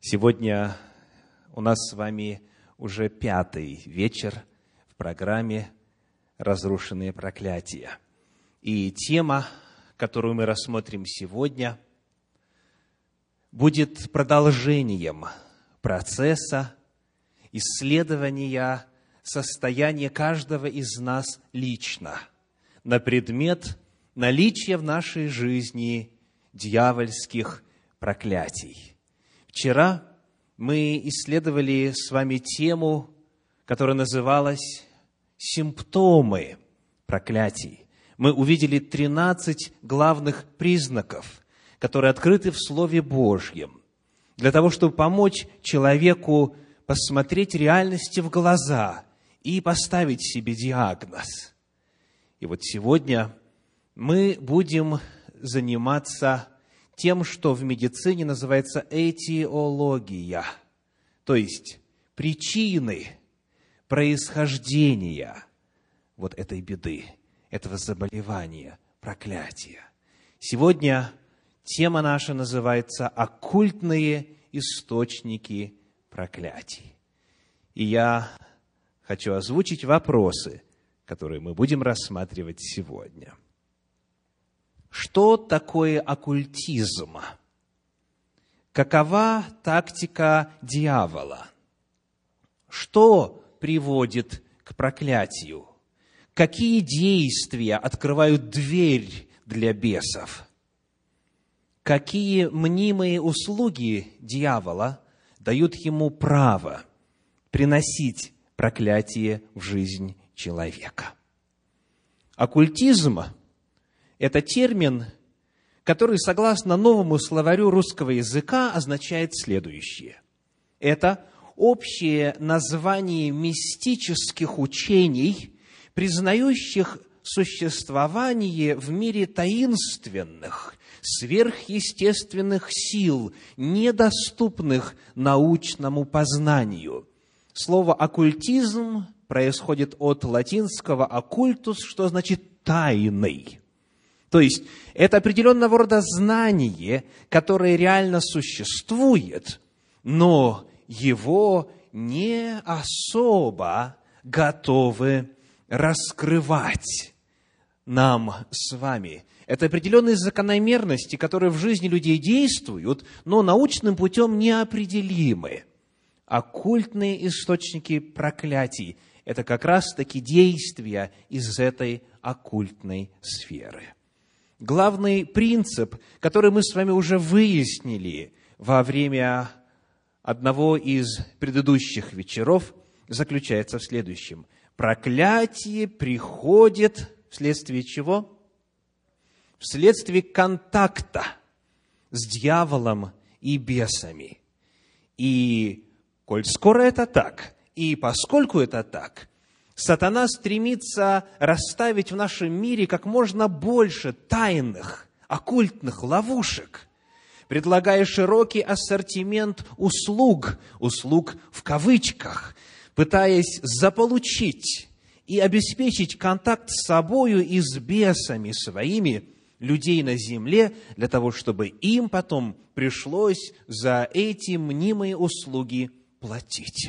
Сегодня у нас с вами уже 5-й вечер в программе «Разрушенные проклятия». И тема, которую мы рассмотрим сегодня, будет продолжением процесса исследования состояния каждого из нас лично на предмет наличия в нашей жизни дьявольских проклятий. Вчера мы исследовали с вами тему, которая называлась «Симптомы проклятий». Мы увидели 13 главных признаков, которые открыты в Слове Божьем, для того, чтобы помочь человеку посмотреть реальности в глаза и поставить себе диагноз. И вот сегодня мы будем заниматься тем, что в медицине называется этиология, то есть причины происхождения вот этой беды, этого заболевания, проклятия. Сегодня тема наша называется «Оккультные источники проклятий». И я хочу озвучить вопросы, которые мы будем рассматривать сегодня. Что такое оккультизм? Какова тактика дьявола? Что приводит к проклятию? Какие действия открывают дверь для бесов? Какие мнимые услуги дьявола дают ему право приносить проклятие в жизнь человека? Оккультизм – это термин, который, согласно новому словарю русского языка, означает следующее. Это общее название мистических учений, признающих существование в мире таинственных, сверхъестественных сил, недоступных научному познанию. Слово «оккультизм» происходит от латинского «оккультус», что значит «тайный». То есть, это определенного рода знание, которое реально существует, но его не особо готовы раскрывать нам с вами. Это определенные закономерности, которые в жизни людей действуют, но научным путем неопределимы. Оккультные источники проклятий – это как раз-таки действия из этой оккультной сферы. Главный принцип, который мы с вами уже выяснили во время одного из предыдущих вечеров, заключается в следующем. Проклятие приходит вследствие чего? Вследствие контакта с дьяволом и бесами. И коль скоро это так, и поскольку это так, сатана стремится расставить в нашем мире как можно больше тайных, оккультных ловушек, предлагая широкий ассортимент услуг в кавычках, пытаясь заполучить и обеспечить контакт с собою и с бесами своими людей на земле, для того, чтобы им потом пришлось за эти мнимые услуги платить.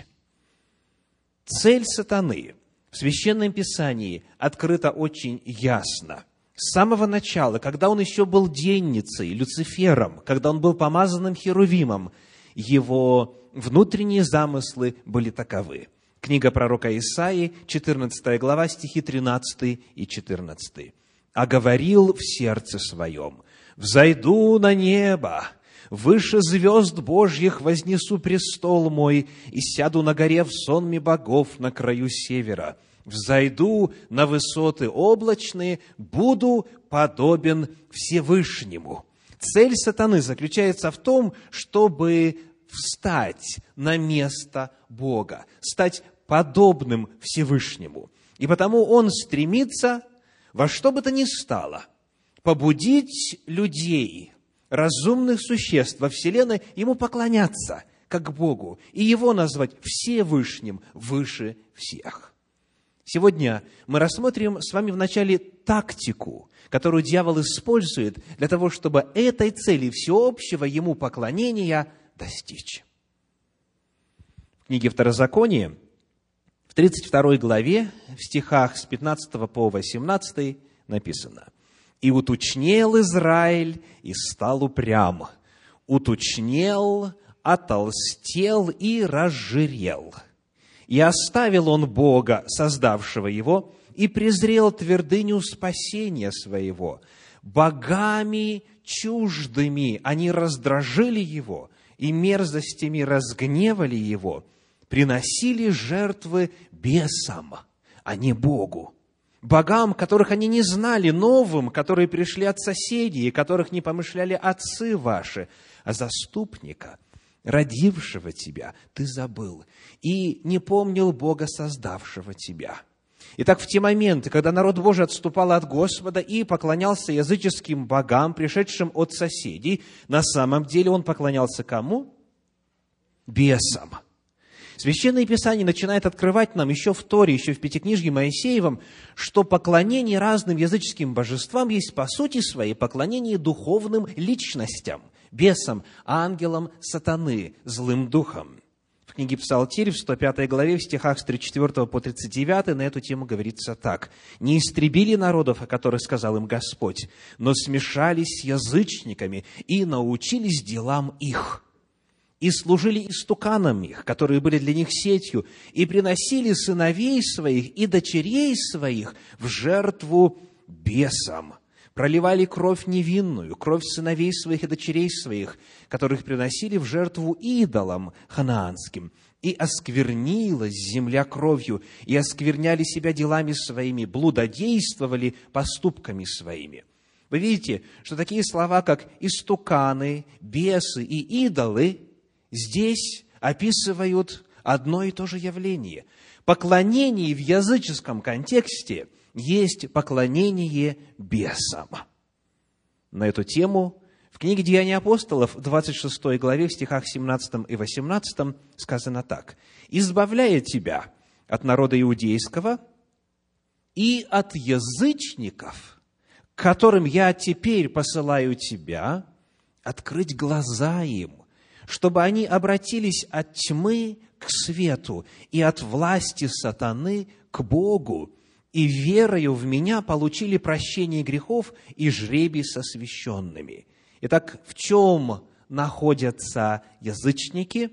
Цель сатаны в Священном Писании открыта очень ясно. С самого начала, когда он еще был денницей, Люцифером, когда он был помазанным Херувимом, его внутренние замыслы были таковы. Книга пророка Исаии, 14 глава, стихи 13 и 14. «А говорил в сердце своем: взойду на небо, выше звезд Божьих вознесу престол мой, и сяду на горе в сонме богов на краю севера. Взойду на высоты облачные, буду подобен Всевышнему». Цель сатаны заключается в том, чтобы встать на место Бога, стать подобным Всевышнему. И потому он стремится во что бы то ни стало побудить людей, разумных существ во Вселенной, ему поклоняться, как Богу, и его назвать Всевышним, выше всех. Сегодня мы рассмотрим с вами вначале тактику, которую дьявол использует для того, чтобы этой цели всеобщего ему поклонения достичь. книге Второзакония, в 32 главе, в стихах с 15 по 18 написано: «И утучнел Израиль, и стал упрям, утучнел, отолстел и разжирел. И оставил он Бога, создавшего его, и презрел твердыню спасения своего. Богами чуждыми они раздражили его, и мерзостями разгневали его, приносили жертвы бесам, а не Богу, богам, которых они не знали, новым, которые пришли от соседей, и которых не помышляли отцы ваши, а заступника, родившего тебя, ты забыл, и не помнил Бога, создавшего тебя». Итак, в те моменты, когда народ Божий отступал от Господа и поклонялся языческим богам, пришедшим от соседей, на самом деле он поклонялся кому? Бесам. Священное Писание начинает открывать нам еще в Торе, еще в Пятикнижье Моисеевом, что поклонение разным языческим божествам есть по сути своей поклонение духовным личностям, бесам, ангелам сатаны, злым духам. В книге Псалтирь, в 105 главе, в стихах с 34 по 39 на эту тему говорится так: «Не истребили народов, о которых сказал им Господь, но смешались с язычниками и научились делам их, и служили истуканам их, которые были для них сетью, и приносили сыновей своих и дочерей своих в жертву бесам, проливали кровь невинную, кровь сыновей своих и дочерей своих, которых приносили в жертву идолам ханаанским. И осквернилась земля кровью, и оскверняли себя делами своими, блудодействовали поступками своими». Вы видите, что такие слова, как истуканы, бесы и идолы, здесь описывают одно и то же явление. Поклонение в языческом контексте есть поклонение бесам. На эту тему в книге «Деяния апостолов» в 26 главе, в стихах 17 и 18 сказано так: «Избавляя тебя от народа иудейского и от язычников, к которым я теперь посылаю тебя, открыть глаза им, чтобы они обратились от тьмы к свету и от власти сатаны к Богу, и верою в меня получили прощение грехов и жребий с освященными». Итак, в чем находятся язычники?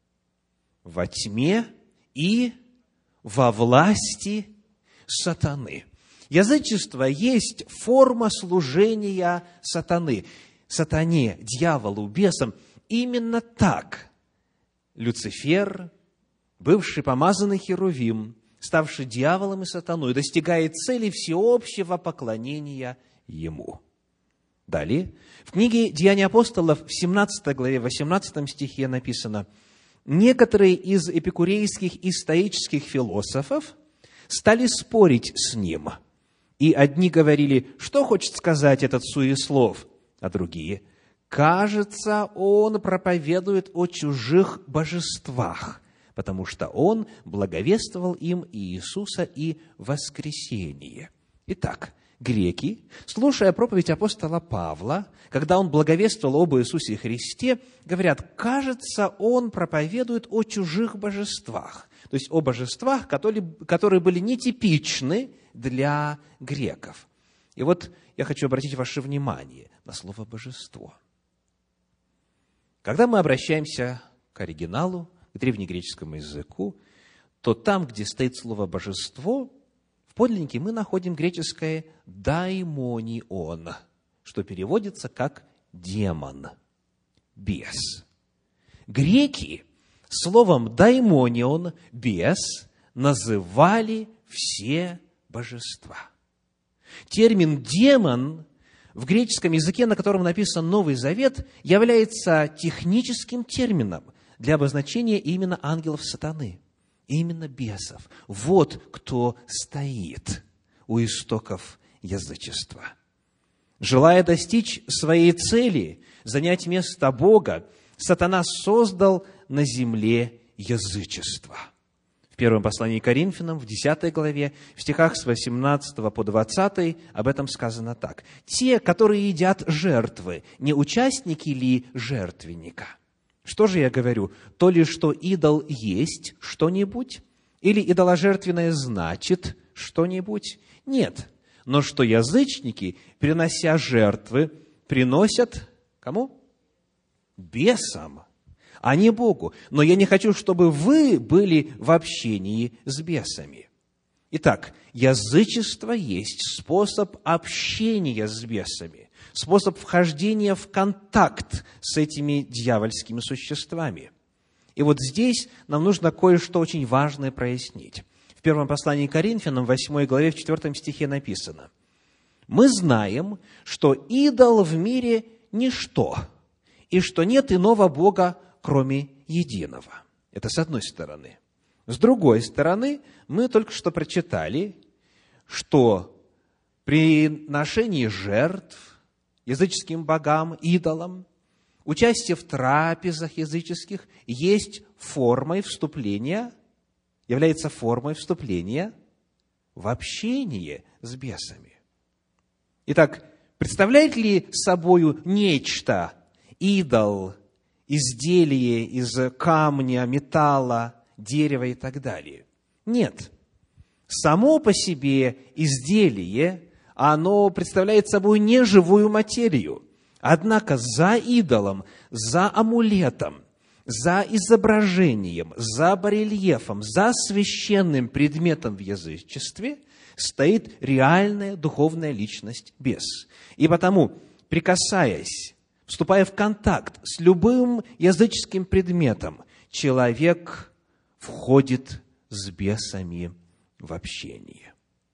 Во тьме и во власти сатаны. Язычество есть форма служения сатаны, сатане, дьяволу, бесам. Именно так Люцифер, бывший помазанный херувим, ставший дьяволом и сатаной, достигает цели всеобщего поклонения ему. Далее, в книге «Деяния апостолов» в 17 главе, 18 стихе написано: «Некоторые из эпикурейских и стоических философов стали спорить с ним, и одни говорили: что хочет сказать этот суеслов, а другие: кажется, он проповедует о чужих божествах, потому что он благовествовал им Иисуса и воскресение». Итак, греки, слушая проповедь апостола Павла, когда он благовествовал об Иисусе Христе, говорят: кажется, он проповедует о чужих божествах, то есть о божествах, которые были нетипичны для греков. И вот я хочу обратить ваше внимание на слово «божество». Когда мы обращаемся к оригиналу, к древнегреческому языку, то там, где стоит слово «божество», в подлиннике мы находим греческое «даймонион», что переводится как «демон», «бес». Греки словом «даймонион», «бес» называли все божества. Термин «демон» в греческом языке, на котором написан Новый Завет, является техническим термином для обозначения именно ангелов сатаны, именно бесов. Вот кто стоит у истоков язычества. Желая достичь своей цели, занять место Бога, сатана создал на земле язычество. В первом послании к Коринфянам, в 10 главе, в стихах с 18 по 20 об этом сказано так: «Те, которые едят жертвы, не участники ли жертвенника? Что же я говорю? То ли, что идол есть что-нибудь, или идоложертвенное значит что-нибудь? Нет. Но что язычники, принося жертвы, приносят кому? Бесам, а не Богу. Но я не хочу, чтобы вы были в общении с бесами. Итак, язычество есть способ общения с бесами, способ вхождения в контакт с этими дьявольскими существами. И вот здесь нам нужно кое-что очень важное прояснить. В первом послании к Коринфянам, 8 главе, в 4 стихе написано: «Мы знаем, что идол в мире – ничто, и что нет иного Бога, кроме единого». Это с одной стороны. С другой стороны, мы только что прочитали, что при приношении жертв языческим богам, идолам, участие в трапезах языческих есть формой вступления, является формой вступления в общение с бесами. Итак, представляет ли собою нечто, идол, изделие из камня, металла, дерева и так далее? Нет. Само по себе изделие, оно представляет собой не живую материю. Однако за идолом, за амулетом, за изображением, за барельефом, за священным предметом в язычестве стоит реальная духовная личность бес. И потому, прикасаясь, вступая в контакт с любым языческим предметом, человек входит с бесами в общение.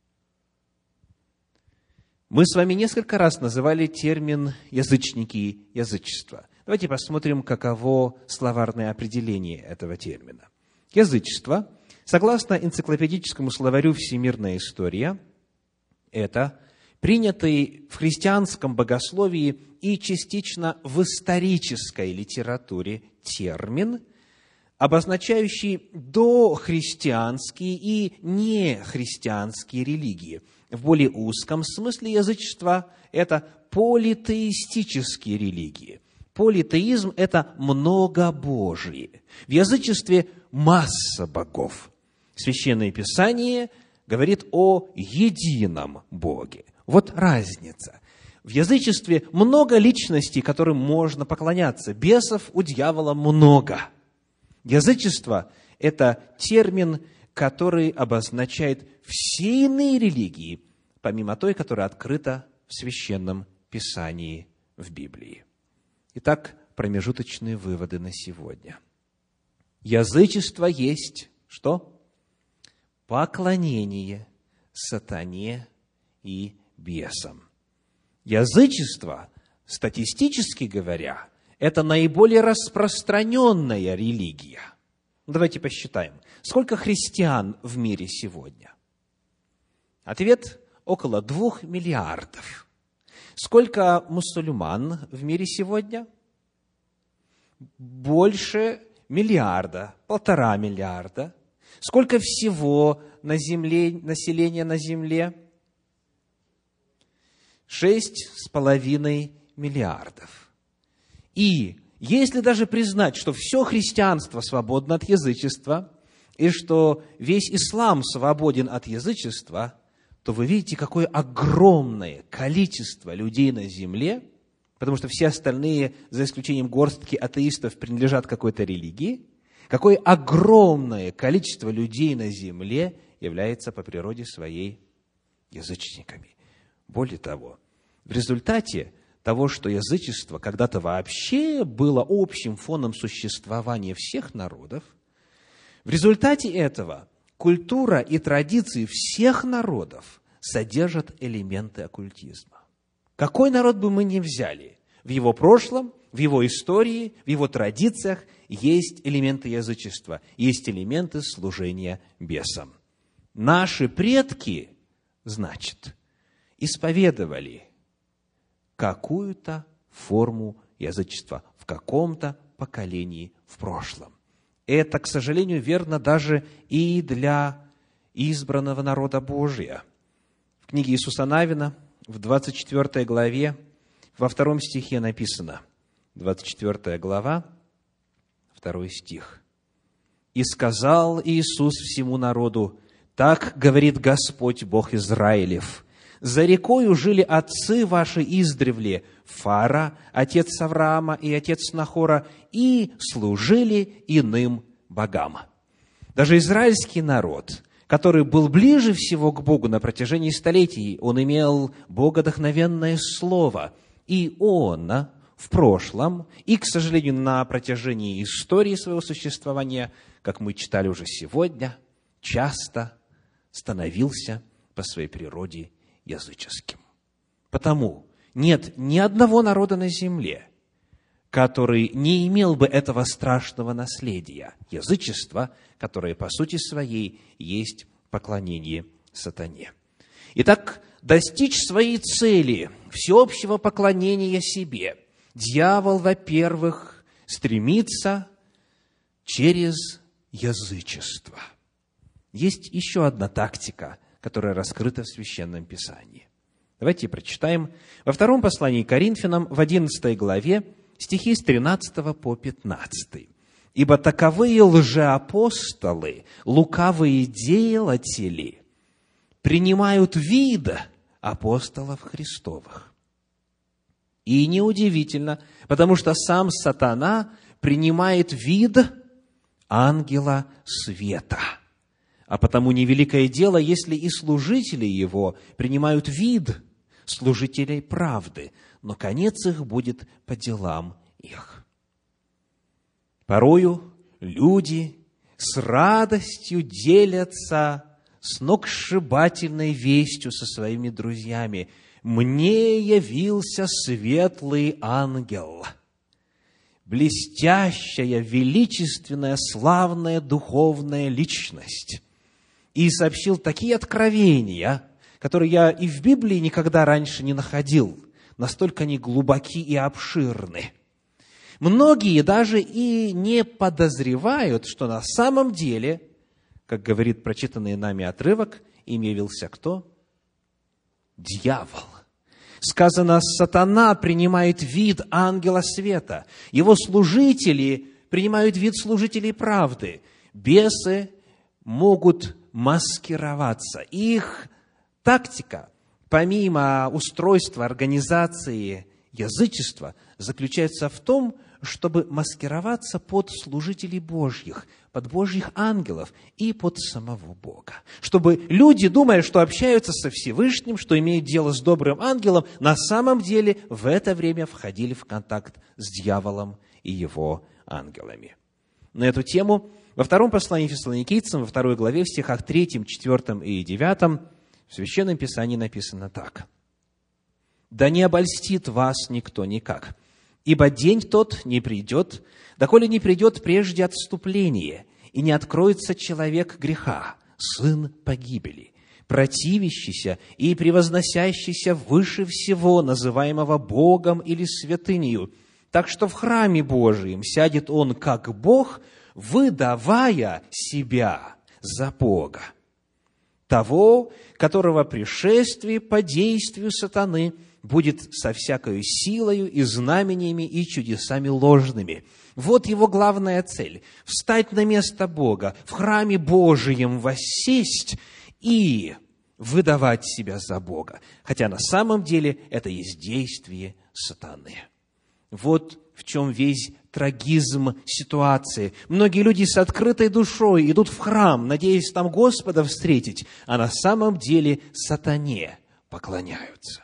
Мы с вами несколько раз называли термин «язычники» язычество. Давайте посмотрим, каково словарное определение этого термина. Язычество, согласно энциклопедическому словарю «Всемирная история», это принятый в христианском богословии и частично в исторической литературе термин, обозначающий дохристианские и нехристианские религии. В более узком смысле язычество – это политеистические религии. Политеизм – это многобожие. В язычестве масса богов. Священное Писание говорит о едином Боге. Вот разница. В язычестве много личностей, которым можно поклоняться. Бесов у дьявола много. Язычество – это термин, который обозначает все иные религии, помимо той, которая открыта в Священном Писании в Библии. Итак, промежуточные выводы на сегодня. Язычество есть что? Поклонение сатане и бесам. Язычество, статистически говоря, это наиболее распространенная религия. Давайте посчитаем. Сколько христиан в мире сегодня? Ответ – около 2 миллиардов. Сколько мусульман в мире сегодня? Больше миллиарда, 1,5 миллиарда. Сколько всего на земле, населения на земле? 6,5 миллиардов. И если даже признать, что все христианство свободно от язычества, и что весь ислам свободен от язычества, то вы видите, какое огромное количество людей на земле, потому что все остальные, за исключением горстки атеистов, принадлежат какой-то религии, какое огромное количество людей на земле является по природе своей язычниками. Более того, в результате того, что язычество когда-то вообще было общим фоном существования всех народов, в результате этого культура и традиции всех народов содержат элементы оккультизма. Какой народ бы мы ни взяли, в его прошлом, в его истории, в его традициях есть элементы язычества, есть элементы служения бесам. Наши предки, значит, исповедовали какую-то форму язычества в каком-то поколении в прошлом. Это, к сожалению, верно даже и для избранного народа Божия. В книге Иисуса Навина, в 24 главе, во 2 стихе написано, 24 глава, 2 стих. «И сказал Иисус всему народу: так говорит Господь, Бог Израилев, за рекою жили отцы ваши издревле, Фара, отец Авраама и отец Нахора, и служили иным богам». Даже израильский народ, который был ближе всего к Богу на протяжении столетий, он имел богодохновенное слово, и он в прошлом, и, к сожалению, на протяжении истории своего существования, как мы читали уже сегодня, часто становился по своей природе языческим. Потому нет ни одного народа на земле, который не имел бы этого страшного наследия, язычества, которое по сути своей есть поклонение сатане. Итак, достичь своей цели, всеобщего поклонения себе, дьявол, во-первых, стремится через язычество. Есть еще одна тактика, которая раскрыта в Священном Писании. Давайте прочитаем во втором послании к Коринфянам, в 11 главе, стихи с 13 по 15. «Ибо таковые лжеапостолы, лукавые делатели, принимают вид апостолов Христовых». И неудивительно, потому что сам сатана принимает вид ангела света. А потому невеликое дело, если и служители его принимают вид служителей правды, но конец их будет по делам их. Порою люди с радостью делятся сногсшибательной вестью со своими друзьями: «Мне явился светлый ангел, блестящая, величественная, славная духовная личность, и сообщил такие откровения, которые я и в Библии никогда раньше не находил. Настолько они глубоки и обширны». Многие даже и не подозревают, что на самом деле, как говорит прочитанный нами отрывок, им явился кто? Дьявол. Сказано, сатана принимает вид ангела света. Его служители принимают вид служителей правды. Бесы могут маскироваться. Их тактика, помимо устройства, организации язычества, заключается в том, чтобы маскироваться под служителей Божьих, под Божьих ангелов и под самого Бога. Чтобы люди, думая, что общаются со Всевышним, что имеют дело с добрым ангелом, на самом деле в это время входили в контакт с дьяволом и его ангелами. На эту тему во втором послании Фессалоникийцам, во 2 главе, в стихах 3, 4 и 9 в Священном Писании написано так. «Да не обольстит вас никто никак, ибо день тот не придет, доколе не придет прежде отступление, и не откроется человек греха, сын погибели, противящийся и превозносящийся выше всего, называемого Богом или святынею, так что в храме Божием сядет он как Бог, выдавая себя за Бога, того, которого пришествие по действию сатаны будет со всякою силою и знамениями и чудесами ложными». Вот его главная цель – встать на место Бога, в храме Божием воссесть и выдавать себя за Бога. Хотя на самом деле это есть действие сатаны. Вот в чем весь трагизм ситуации. Многие люди с открытой душой идут в храм, надеясь там Господа встретить, а на самом деле сатане поклоняются.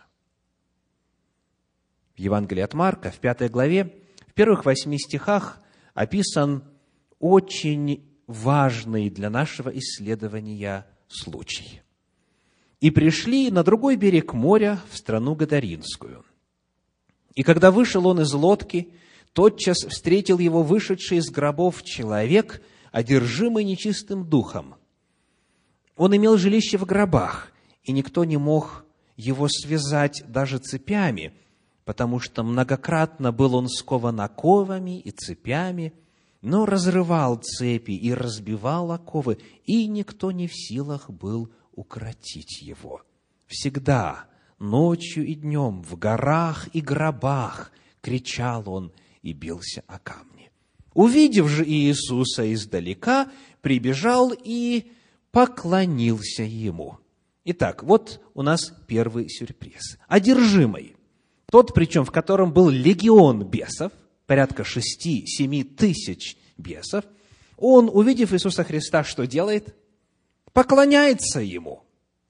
В Евангелии от Марка, в 5 главе, в первых 8 стихах описан очень важный для нашего исследования случай. «И пришли на другой берег моря, в страну Гадаринскую. И когда вышел он из лодки, тотчас встретил его вышедший из гробов человек, одержимый нечистым духом. Он имел жилище в гробах, и никто не мог его связать даже цепями, потому что многократно был он скован оковами и цепями, но разрывал цепи и разбивал оковы, и никто не в силах был укротить его. Всегда, ночью и днем, в горах и гробах кричал он и бился о камни». Увидев же Иисуса издалека, прибежал и поклонился ему. Итак, вот у нас первый сюрприз. Одержимый. Тот, причем, в котором был легион бесов, порядка 6-7 тысяч бесов, он, увидев Иисуса Христа, что делает? Поклоняется ему.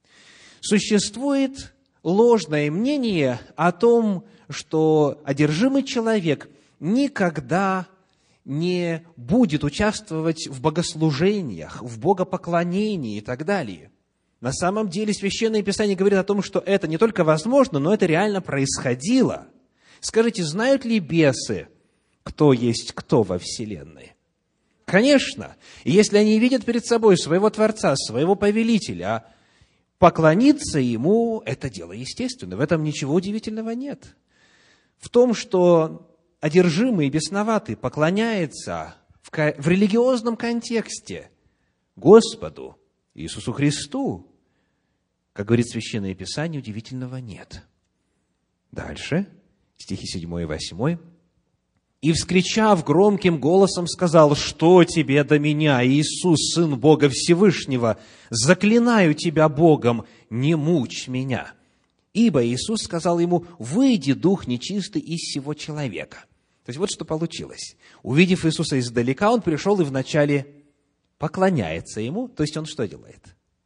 Существует ложное мнение о том, что одержимый человек никогда не будет участвовать в богослужениях, в богопоклонении и так далее. На самом деле Священное Писание говорит о том, что это не только возможно, но это реально происходило. Скажите, знают ли бесы, кто есть кто во Вселенной? Конечно. И если они видят перед собой своего Творца, своего Повелителя, поклониться Ему – это дело естественное. В этом ничего удивительного нет. В том, что одержимый и бесноватый поклоняется в религиозном контексте Господу, Иисусу Христу, как говорит Священное Писание, удивительного нет. Дальше, стихи 7 и 8. «И, вскричав громким голосом, сказал: что тебе до меня, Иисус, Сын Бога Всевышнего? Заклинаю тебя Богом, не мучь меня. Ибо Иисус сказал ему: выйди, дух нечистый, из сего человека». То есть вот что получилось. Увидев Иисуса издалека, он пришел и вначале поклоняется ему. То есть он что делает?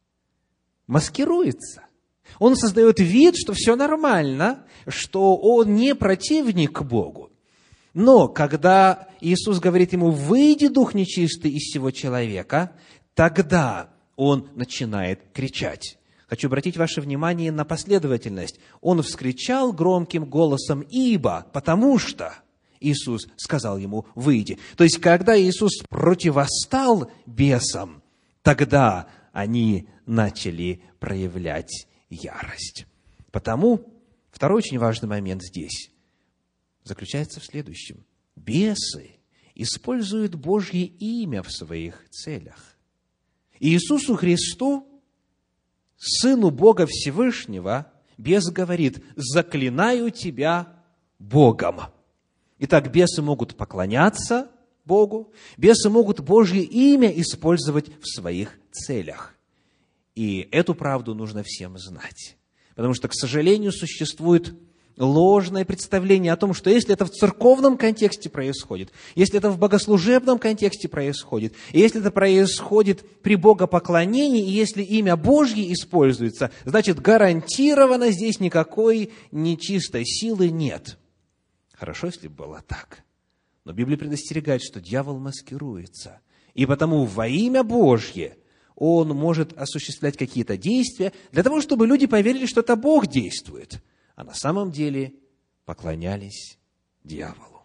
Маскируется. Он создает вид, что все нормально, что он не противник Богу. Но когда Иисус говорит ему: выйди, дух нечистый, из сего человека, тогда он начинает кричать. Хочу обратить ваше внимание на последовательность. Он вскричал громким голосом: ибо, потому что Иисус сказал ему: выйди. То есть, когда Иисус противостал бесам, тогда они начали проявлять ярость. Потому второй очень важный момент здесь заключается в следующем. Бесы используют Божье имя в своих целях. Иисусу Христу, Сыну Бога Всевышнего, бес говорит: заклинаю тебя Богом. Итак, бесы могут поклоняться Богу, бесы могут Божье имя использовать в своих целях. И эту правду нужно всем знать. Потому что, к сожалению, существует ложное представление о том, что если это в церковном контексте происходит, если это в богослужебном контексте происходит, и если это происходит при богопоклонении, и если имя Божье используется, значит, гарантированно здесь никакой нечистой силы нет. Хорошо, если бы было так. Но Библия предостерегает, что дьявол маскируется. И потому во имя Божье он может осуществлять какие-то действия для того, чтобы люди поверили, что это Бог действует. А на самом деле поклонялись дьяволу.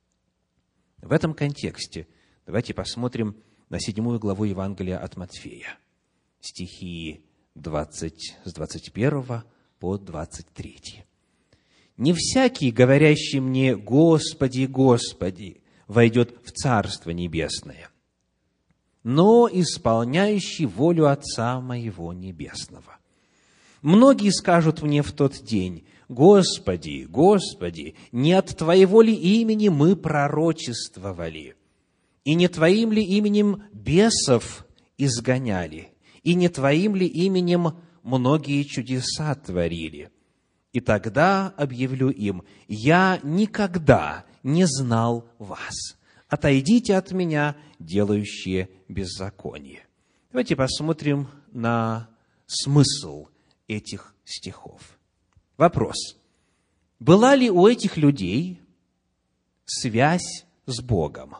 В этом контексте давайте посмотрим на 7 главу Евангелия от Матфея. Стихи с 21 по 23. «Не всякий, говорящий мне: Господи, Господи, войдет в Царство Небесное, но исполняющий волю Отца Моего Небесного. Многие скажут мне в тот день: Господи, Господи, не от Твоего ли имени мы пророчествовали? И не Твоим ли именем бесов изгоняли? И не Твоим ли именем многие чудеса творили? И тогда объявлю им: я никогда не знал вас. Отойдите от меня, делающие беззаконие». Давайте посмотрим на смысл этих стихов. Вопрос. Была ли у этих людей связь с Богом?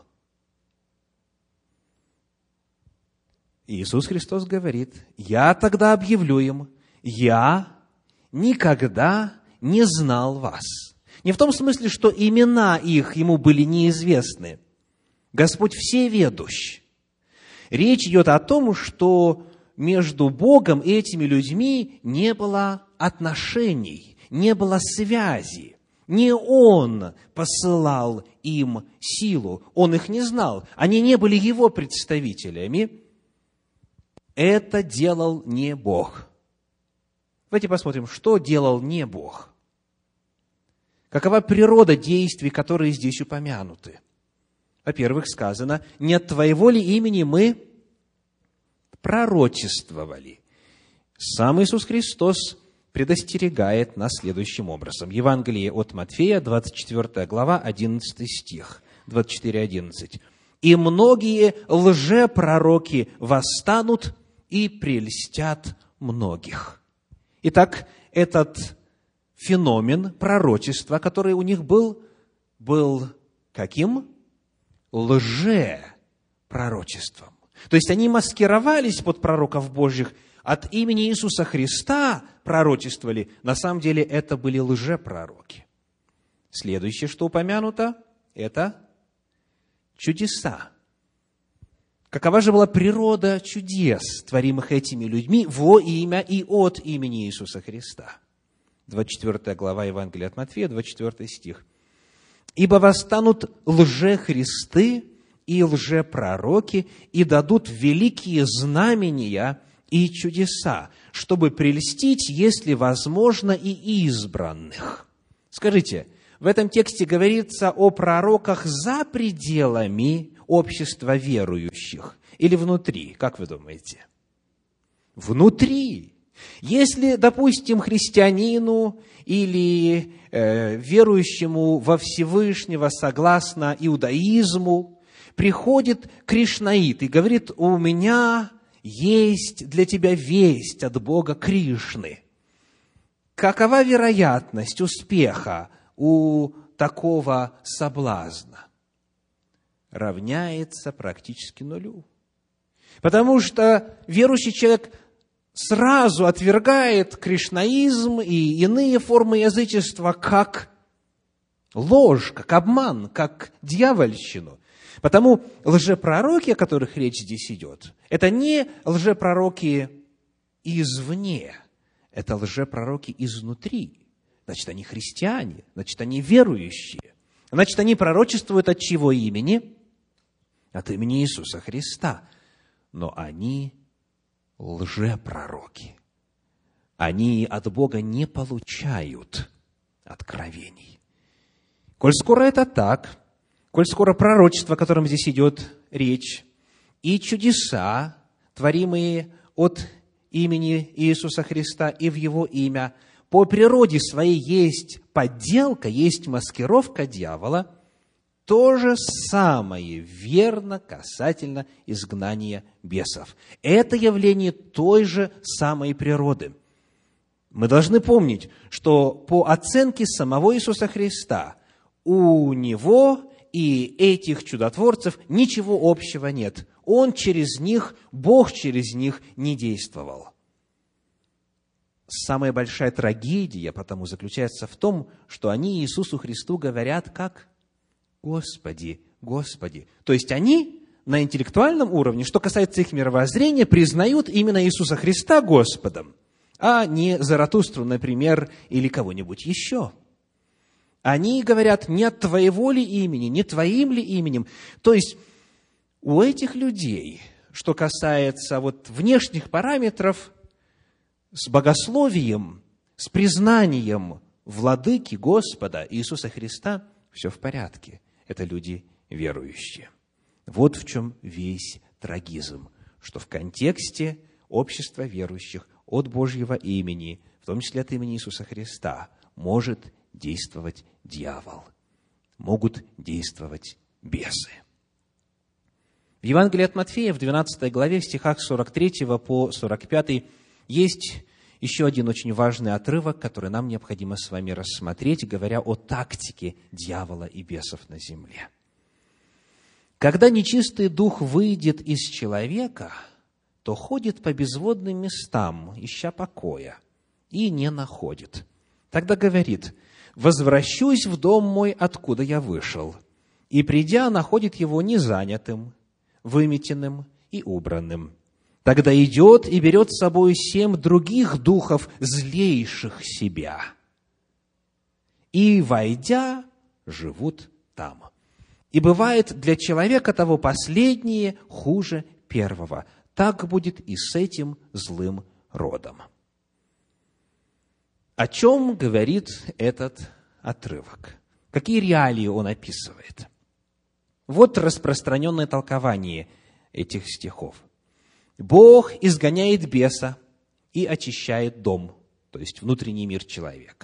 Иисус Христос говорит: я тогда объявлю им: я никогда не знал вас. Не в том смысле, что имена их ему были неизвестны. Господь всеведущ. Речь идет о том, что между Богом и этими людьми не было отношений, не было связи. Не Он посылал им силу, Он их не знал, они не были Его представителями. Это делал не Бог. Давайте посмотрим, что делал не Бог. Какова природа действий, которые здесь упомянуты. Во-первых, сказано, не от Твоего ли имени мы пророчествовали. Сам Иисус Христос предостерегает нас следующим образом. Евангелие от Матфея, 24 глава, 11 стих, 24:11. «И многие лжепророки восстанут и прельстят многих». Итак, этот феномен пророчества, который у них был каким? Лжепророчеством. То есть они маскировались под пророков Божьих, от имени Иисуса Христа пророчествовали. На самом деле это были лжепророки. Следующее, что упомянуто, это чудеса. Какова же была природа чудес, творимых этими людьми во имя и от имени Иисуса Христа? 24 глава Евангелия от Матфея, 24 стих. «Ибо восстанут лжехристы и лжепророки, и дадут великие знамения и чудеса, чтобы прельстить, если возможно, и избранных». Скажите, в этом тексте говорится о пророках за пределами общества верующих или внутри? Как вы думаете? Внутри. Если, допустим, христианину или верующему во Всевышнего согласно иудаизму приходит кришнаит и говорит: «У меня есть для тебя весть от Бога Кришны». Какова вероятность успеха у такого соблазна? Равняется практически нулю. Потому что верующий человек сразу отвергает кришнаизм и иные формы язычества как ложь, как обман, как дьявольщину. Потому лжепророки, о которых речь здесь идет, это не лжепророки извне, это лжепророки изнутри. Значит, они христиане, значит, они верующие. Значит, они пророчествуют от чьего имени? От имени Иисуса Христа. Но они лжепророки. Они от Бога не получают откровений. Коль скоро это так, коль скоро пророчество, о котором здесь идет речь, и чудеса, творимые от имени Иисуса Христа и в Его имя, по природе своей есть подделка, есть маскировка дьявола, то же самое верно касательно изгнания бесов. Это явление той же самой природы. Мы должны помнить, что по оценке самого Иисуса Христа у Него и этих чудотворцев ничего общего нет. Он через них, Бог через них не действовал. Самая большая трагедия потому заключается в том, что они Иисусу Христу говорят как «Господи, Господи». То есть они на интеллектуальном уровне, что касается их мировоззрения, признают именно Иисуса Христа Господом, а не Заратустру, например, или кого-нибудь еще. Они говорят не от Твоего ли имени, не Твоим ли именем. То есть у этих людей, что касается внешних параметров, с богословием, с признанием владыки Господа Иисуса Христа все в порядке. Это люди верующие. Вот в чем весь трагизм, что в контексте общества верующих от Божьего имени, в том числе от имени Иисуса Христа, может действовать дьявол, могут действовать бесы. В Евангелии от Матфея, в 12 главе, в стихах с 43 по 45, есть еще один очень важный отрывок, который нам необходимо с вами рассмотреть, говоря о тактике дьявола и бесов на земле. «Когда нечистый дух выйдет из человека, то ходит по безводным местам, ища покоя, и не находит. Тогда говорит: возвращусь в дом мой, откуда я вышел, и, придя, находит его незанятым, выметенным и убранным. Тогда идет и берет с собой 7 других духов, злейших себя, и, войдя, живут там. И бывает для человека того последнее хуже первого. Так будет и с этим злым родом». О чем говорит этот отрывок? Какие реалии он описывает? Вот распространенное толкование этих стихов. Бог изгоняет беса и очищает дом, то есть внутренний мир человека.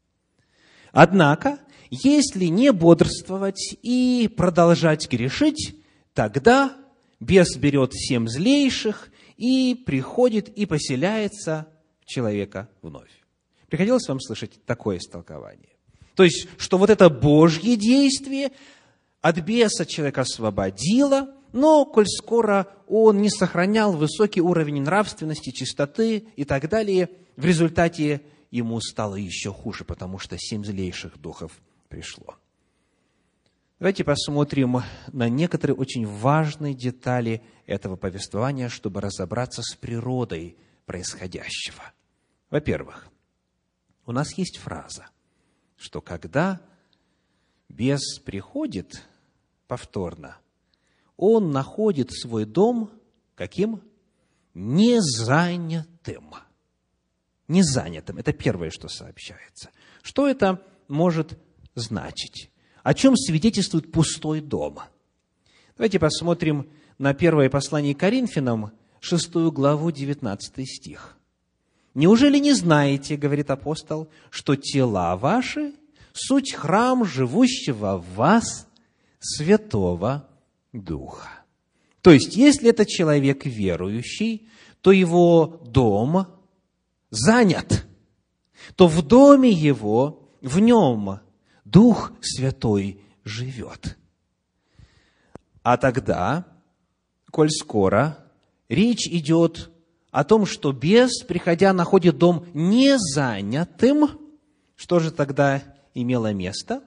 Однако, если не бодрствовать и продолжать грешить, тогда бес берет 7 злейших и приходит и поселяется в человека вновь. Приходилось вам слышать такое истолкование? То есть, что вот это Божье действие от беса человека освободило, но, коль скоро он не сохранял высокий уровень нравственности, чистоты и так далее, в результате ему стало еще хуже, потому что 7 злейших духов пришло. Давайте посмотрим на некоторые очень важные детали этого повествования, чтобы разобраться с природой происходящего. Во-первых, у нас есть фраза, что когда бес приходит повторно, он находит свой дом каким? Незанятым. Незанятым. Это первое, что сообщается. Что это может значить? О чем свидетельствует пустой дом? Давайте посмотрим на первое послание к Коринфянам, 6 главу, 19 стих. «Неужели не знаете, — говорит апостол, — что тела ваши — суть храм живущего в вас Святого Духа?» То есть, если это человек верующий, то его дом занят, то в доме его, в нем Дух Святой живет. А тогда, коль скоро речь идет о том, что бес, приходя, находит дом незанятым, что же тогда имело место?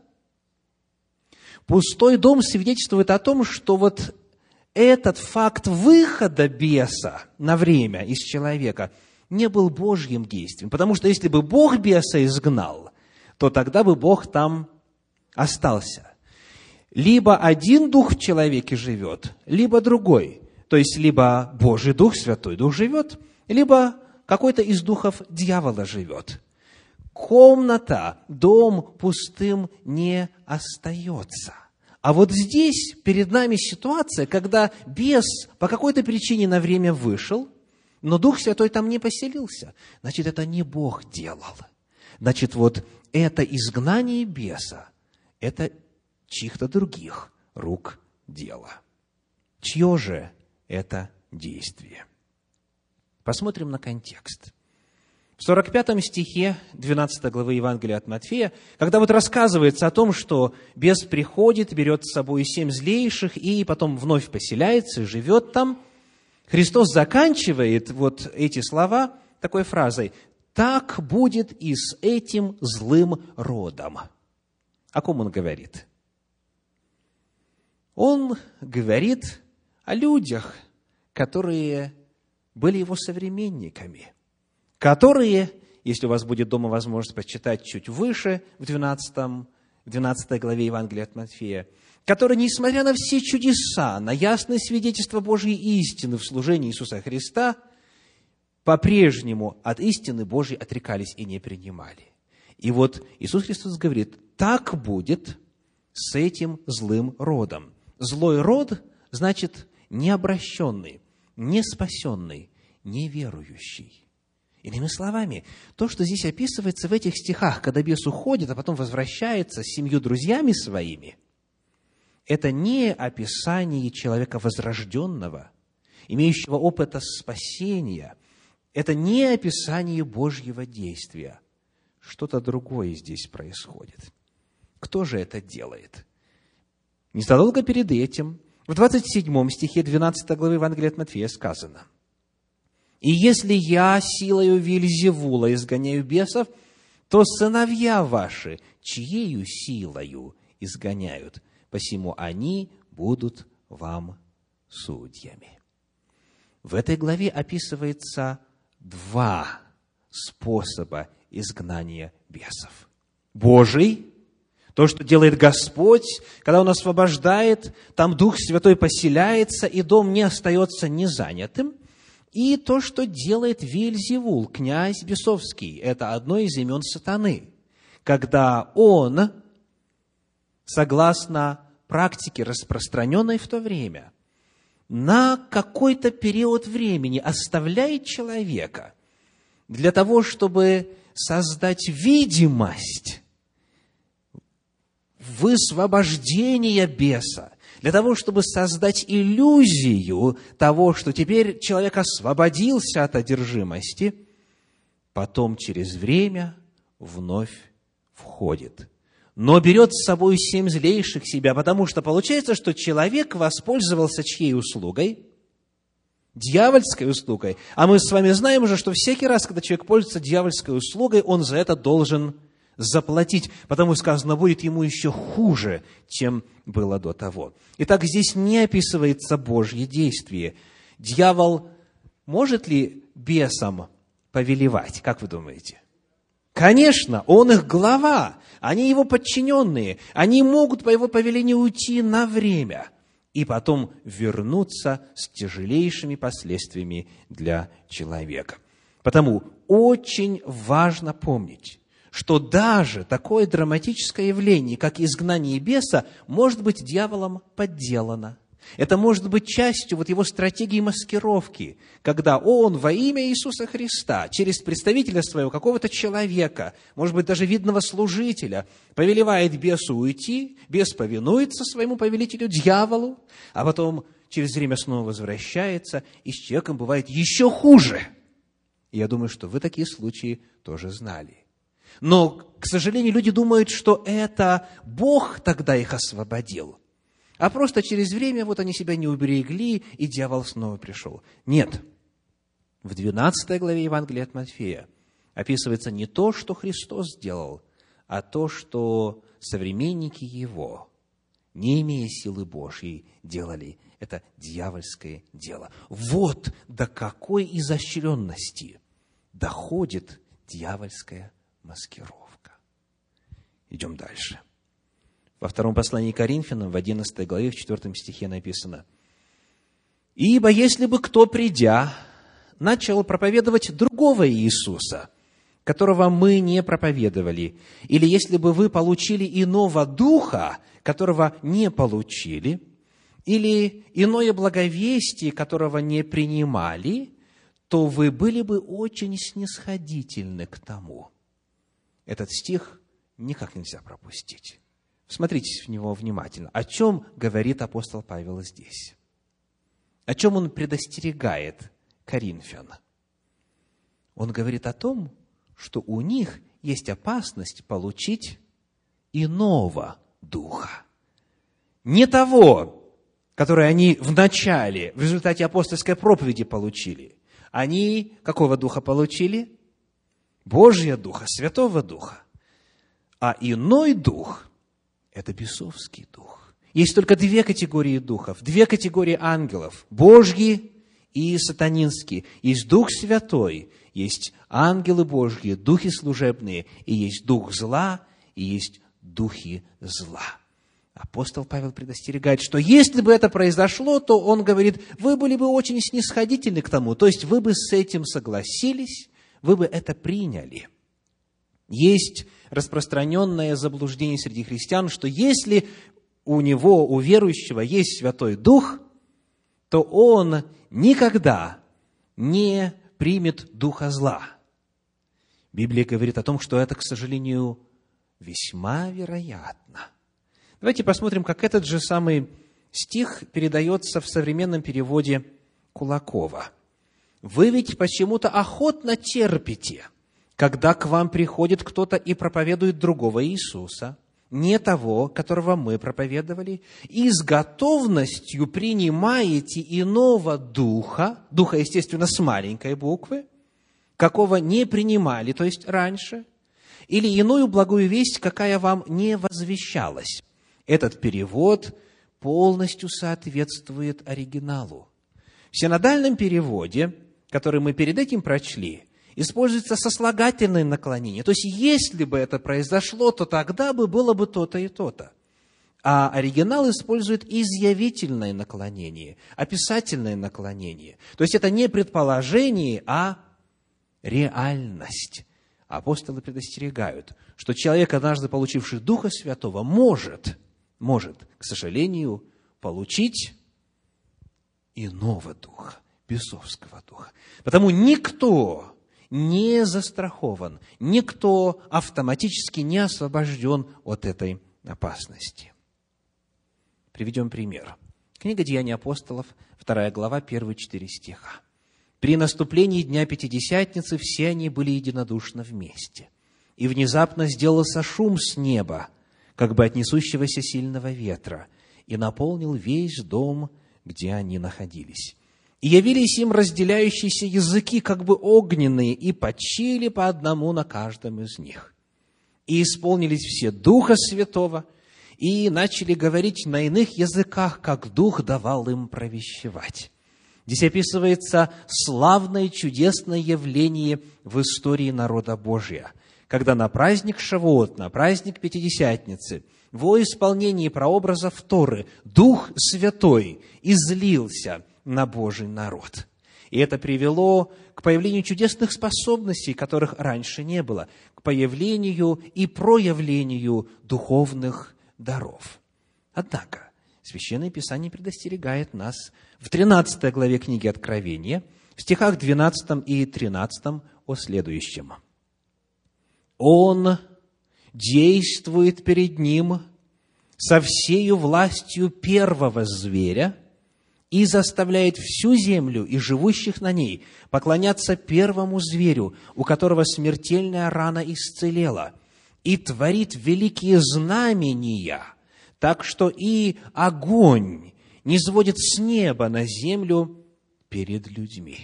Пустой дом свидетельствует о том, что вот этот факт выхода беса на время из человека не был Божьим действием. Потому что если бы Бог беса изгнал, то тогда бы Бог там остался. Либо один дух в человеке живет, либо другой. То есть, либо Божий Дух, Святой Дух живет, либо какой-то из духов дьявола живет. Комната, дом пустым не остается. А вот здесь перед нами ситуация, когда бес по какой-то причине на время вышел, но Дух Святой там не поселился. Значит, это не Бог делал. Значит, вот это изгнание беса, это чьих-то других рук дело. Чье же это действие? Посмотрим на контекст. В 45 стихе 12 главы Евангелия от Матфея, когда вот рассказывается о том, что бес приходит, берет с собой 7 злейших и потом вновь поселяется, живет там, Христос заканчивает вот эти слова такой фразой: «Так будет и с этим злым родом». О ком он говорит? Он говорит о людях, которые были его современниками, которые, если у вас будет дома возможность почитать чуть выше, в 12 главе Евангелия от Матфея, которые, несмотря на все чудеса, на ясное свидетельство Божьей истины в служении Иисуса Христа, по-прежнему от истины Божьей отрекались и не принимали. И вот Иисус Христос говорит: так будет с этим злым родом. Злой род значит необращенный, неспасенный, неверующий. Иными словами, то, что здесь описывается в этих стихах, когда бес уходит, а потом возвращается с 7 друзьями своими, это не описание человека возрожденного, имеющего опыта спасения. Это не описание Божьего действия. Что-то другое здесь происходит. Кто же это делает? Незадолго перед этим, в 27 стихе 12 главы Евангелия от Матфея сказано: «И если я силою Вельзевула изгоняю бесов, то сыновья ваши чьею силою изгоняют? Посему они будут вам судьями». В этой главе описывается 2 способа изгнания бесов. Божий, то, что делает Господь, когда Он освобождает, там Дух Святой поселяется, и дом не остается незанятым. И то, что делает Вельзевул, князь бесовский, это одно из имен сатаны, когда он, согласно практики, распространенной в то время, на какой-то период времени оставляет человека для того, чтобы создать видимость высвобождения беса, для того, чтобы создать иллюзию того, что теперь человек освободился от одержимости, потом через время вновь входит. Но берет с собой 7 злейших себя, потому что получается, что человек воспользовался чьей услугой? Дьявольской услугой. А мы с вами знаем уже, что всякий раз, когда человек пользуется дьявольской услугой, он за это должен заплатить, потому сказано, будет ему еще хуже, чем было до того. Итак, здесь не описывается Божье действие. Дьявол может ли бесам повелевать, как вы думаете? Конечно, он их глава, они его подчиненные, они могут по его повелению уйти на время и потом вернуться с тяжелейшими последствиями для человека. Потому очень важно помнить, что даже такое драматическое явление, как изгнание беса, может быть дьяволом подделано. Это может быть частью его стратегии маскировки, когда он во имя Иисуса Христа через представителя своего какого-то человека, может быть, даже видного служителя, повелевает бесу уйти, бес повинуется своему повелителю, дьяволу, а потом через время снова возвращается, и с человеком бывает еще хуже. И я думаю, что вы такие случаи тоже знали. Но, к сожалению, люди думают, что это Бог тогда их освободил. А просто через время они себя не уберегли, и дьявол снова пришел. Нет. В 12 главе Евангелия от Матфея описывается не то, что Христос сделал, а то, что современники Его, не имея силы Божьей, делали. Это дьявольское дело. Вот до какой изощренности доходит дьявольская маскировка. Идем дальше. Во втором послании к Коринфянам, в 11 главе, в 4 стихе написано: «Ибо если бы кто, придя, начал проповедовать другого Иисуса, которого мы не проповедовали, или если бы вы получили иного духа, которого не получили, или иное благовестие, которого не принимали, то вы были бы очень снисходительны к тому». Этот стих никак нельзя пропустить. Смотрите в него внимательно. О чем говорит апостол Павел здесь? О чем он предостерегает коринфян? Он говорит о том, что у них есть опасность получить иного духа. Не того, который они вначале, в результате апостольской проповеди получили. Они какого духа получили? Божьего духа, Святого Духа. А иной дух – это бесовский дух. Есть только 2 категории духов, 2 категории ангелов – Божьи и сатанинские. Есть Дух Святой, есть ангелы Божьи, духи служебные, и есть дух зла, и есть духи зла. Апостол Павел предостерегает, что если бы это произошло, то он говорит, вы были бы очень снисходительны к тому, то есть вы бы с этим согласились, вы бы это приняли. Есть распространенное заблуждение среди христиан, что если у него, у верующего, есть Святой Дух, то он никогда не примет духа зла. Библия говорит о том, что это, к сожалению, весьма вероятно. Давайте посмотрим, как этот же самый стих передается в современном переводе Кулакова. «Вы ведь почему-то охотно терпите, когда к вам приходит кто-то и проповедует другого Иисуса, не того, которого мы проповедовали, и с готовностью принимаете иного духа, духа, естественно, с маленькой буквы, какого не принимали, то есть раньше, или иную благую весть, какая вам не возвещалась». Этот перевод полностью соответствует оригиналу. В синодальном переводе, который мы перед этим прочли, используется сослагательное наклонение. То есть, если бы это произошло, то тогда бы было бы то-то и то-то. А оригинал использует изъявительное наклонение, описательное наклонение. То есть, это не предположение, а реальность. Апостолы предостерегают, что человек, однажды получивший Духа Святого, может может, к сожалению, получить иного духа, бесовского духа. Потому никто не застрахован, никто автоматически не освобожден от этой опасности. Приведем пример. Книга «Деяния апостолов», 2 глава, 1-4 стиха. «При наступлении Дня Пятидесятницы все они были единодушно вместе. И внезапно сделался шум с неба, как бы от несущегося сильного ветра, и наполнил весь дом, где они находились. И явились им разделяющиеся языки, как бы огненные, и почили по одному на каждом из них. И исполнились все Духа Святого, и начали говорить на иных языках, как Дух давал им провещевать». Здесь описывается славное чудесное явление в истории народа Божия, когда на праздник Шавуот, на праздник Пятидесятницы, во исполнении прообразов Торы, Дух Святой излился на Божий народ. И это привело к появлению чудесных способностей, которых раньше не было, к появлению и проявлению духовных даров. Однако, Священное Писание предостерегает нас в 13 главе книги Откровения, в стихах 12 и 13 о следующем. «Он действует перед ним со всею властью первого зверя и заставляет всю землю и живущих на ней поклоняться первому зверю, у которого смертельная рана исцелела, и творит великие знамения, так что и огонь низводит с неба на землю перед людьми».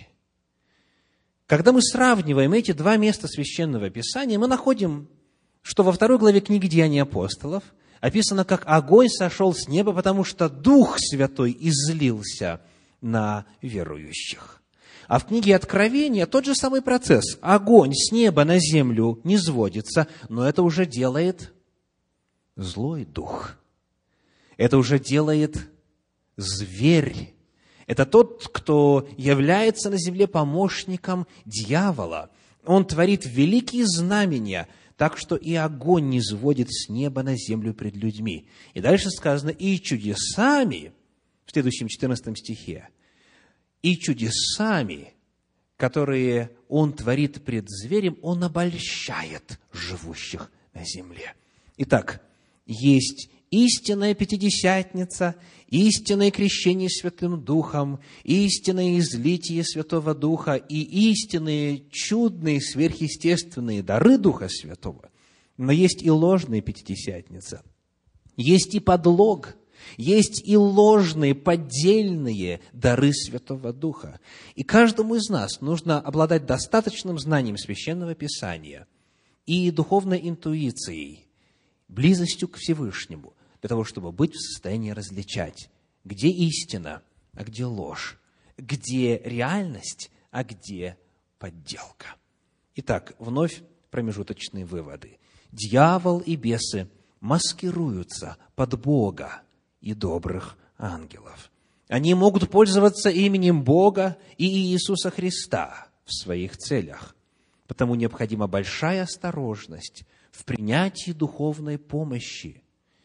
Когда мы сравниваем эти два места Священного Писания, мы находим, что во 2 главе книги «Деяний апостолов» описано, как огонь сошел с неба, потому что Дух Святой излился на верующих. А в книге Откровения тот же самый процесс. Огонь с неба на землю низводится, но это уже делает злой дух. Это уже делает зверь. Это тот, кто является на земле помощником дьявола. Он творит великие знамения, так что и огонь низводит с неба на землю пред людьми. И дальше сказано, и чудесами, в следующем 14 стихе, и чудесами, которые он творит пред зверем, он обольщает живущих на земле. Итак, есть истинная Пятидесятница, истинное крещение Святым Духом, истинное излитие Святого Духа и истинные чудные сверхъестественные дары Духа Святого. Но есть и ложная Пятидесятница, есть и подлог, есть и ложные, поддельные дары Святого Духа. И каждому из нас нужно обладать достаточным знанием Священного Писания и духовной интуицией, близостью к Всевышнему, для того, чтобы быть в состоянии различать, где истина, а где ложь, где реальность, а где подделка. Итак, вновь промежуточные выводы. Дьявол и бесы маскируются под Бога и добрых ангелов. Они могут пользоваться именем Бога и Иисуса Христа в своих целях. Потому необходима большая осторожность в принятии духовной помощи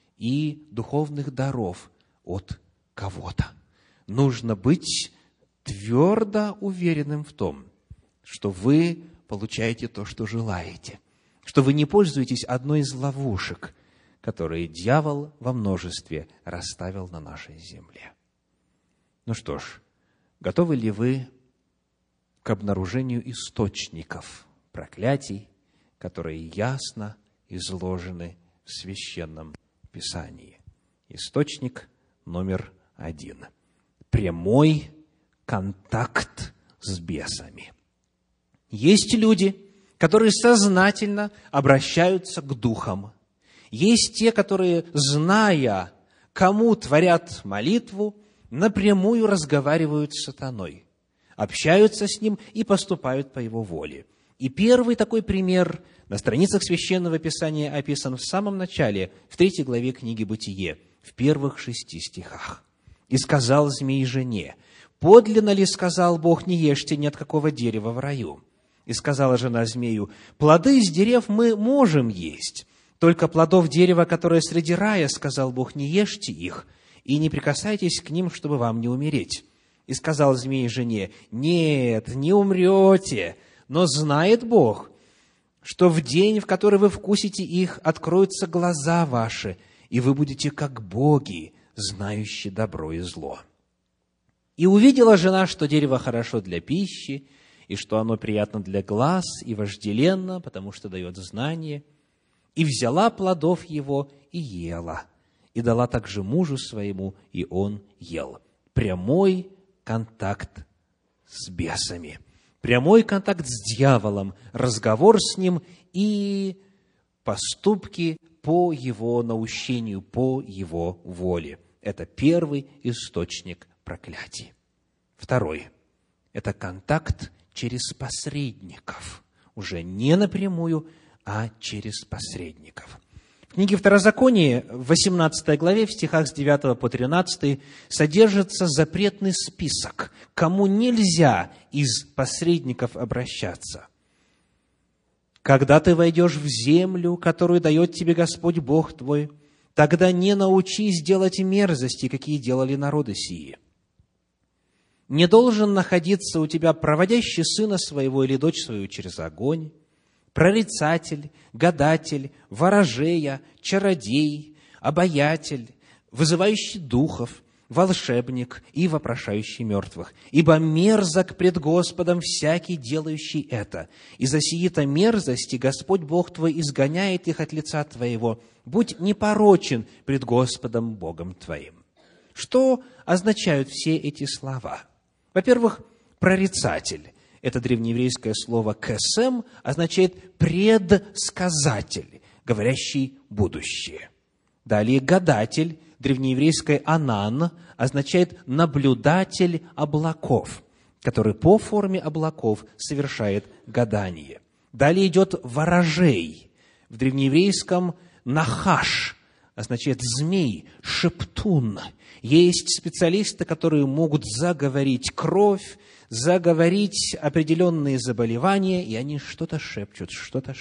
и духовных даров от кого-то. Нужно быть твердо уверенным в том, что вы получаете то, что желаете, что вы не пользуетесь одной из ловушек, которые дьявол во множестве расставил на нашей земле. Ну что ж, готовы ли вы к обнаружению источников проклятий, которые ясно изложены в Священном Писании? Источник номер 1. Прямой контакт с бесами. Есть люди, которые сознательно обращаются к духам. Есть те, которые, зная, кому творят молитву, напрямую разговаривают с сатаной, общаются с ним и поступают по его воле. И первый такой пример на страницах Священного Писания описан в самом начале, в 3 главе книги «Бытие», в первых 6 стихах. «И сказал змей жене: подлинно ли, сказал Бог, не ешьте ни от какого дерева в раю? И сказала жена змею: плоды из дерев мы можем есть, Только плодов дерева, которое среди рая, сказал Бог, не ешьте их, и не прикасайтесь к ним, чтобы вам не умереть. И сказал змей жене: нет, не умрете, но знает Бог, что в день, в который вы вкусите их, откроются глаза ваши, и вы будете как боги, знающие добро и зло. И увидела жена, что дерево хорошо для пищи, и что оно приятно для глаз и вожделенно, потому что дает знание, и взяла плодов его и ела, и дала также мужу своему, и он ел. Прямой контакт с бесами, прямой контакт с дьяволом, разговор с ним и поступки по его наущению, по его воле. Это первый источник проклятий. Второй – это контакт через посредников, уже не напрямую, а через посредников. В книге Второзаконие, в 18 главе, в стихах с 9 по 13, содержится запретный список, кому нельзя из посредников обращаться. «Когда ты войдешь в землю, которую дает тебе Господь Бог твой, тогда не научись делать мерзости, какие делали народы сии. Не должен находиться у тебя проводящий сына своего или дочь свою через огонь, прорицатель, гадатель, ворожея, чародей, обаятель, вызывающий духов, волшебник и вопрошающий мертвых. Ибо мерзок пред Господом всякий, делающий это. И за сии-то мерзости Господь Бог твой изгоняет их от лица твоего. Будь непорочен пред Господом Богом твоим». Что означают все эти слова? Во-первых, прорицатель. Это древнееврейское слово «кесем» означает «предсказатель», говорящий будущее. Далее гадатель, древнееврейское «анан», означает «наблюдатель облаков», который по форме облаков совершает гадание. Далее идет ворожей. В древнееврейском «нахаш» означает «змей», «шептун». Есть специалисты, которые могут заговорить кровь, заговорить определенные заболевания, и они что-то шепчут,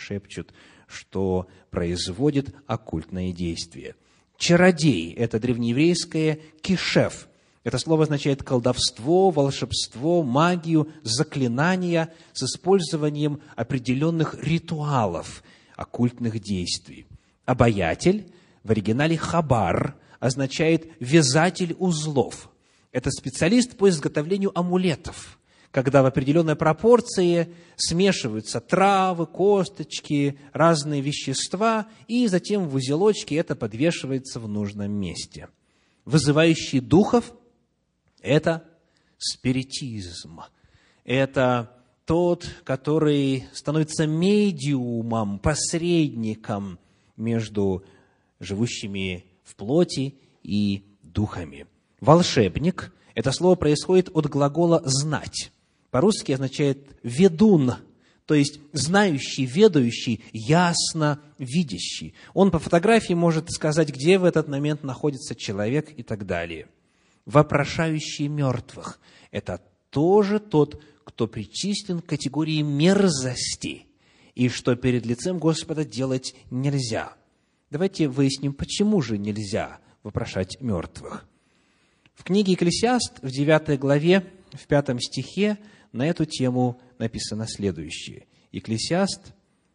что производит оккультное действие. Чародей – это древнееврейское «кишев». Это слово означает колдовство, волшебство, магию, заклинания с использованием определенных ритуалов, оккультных действий. Обаятель, в оригинале «хабар», означает «вязатель узлов». Это специалист по изготовлению амулетов, когда в определенной пропорции смешиваются травы, косточки, разные вещества, и затем в узелочке это подвешивается в нужном месте. Вызывающий духов – это спиритизм. Это тот, который становится медиумом, посредником между живущими в плоти и духами. Волшебник – это слово происходит от глагола «знать». По-русски означает «ведун», то есть знающий, ведающий, ясно видящий. Он по фотографии может сказать, где в этот момент находится человек и так далее. Вопрошающий мертвых – это тоже тот, кто причислен к категории мерзости, и что перед лицем Господа делать нельзя. Давайте выясним, почему же нельзя вопрошать мертвых. В книге «Екклесиаст» в 9 главе, в 5 стихе на эту тему написано следующее. «Екклесиаст»,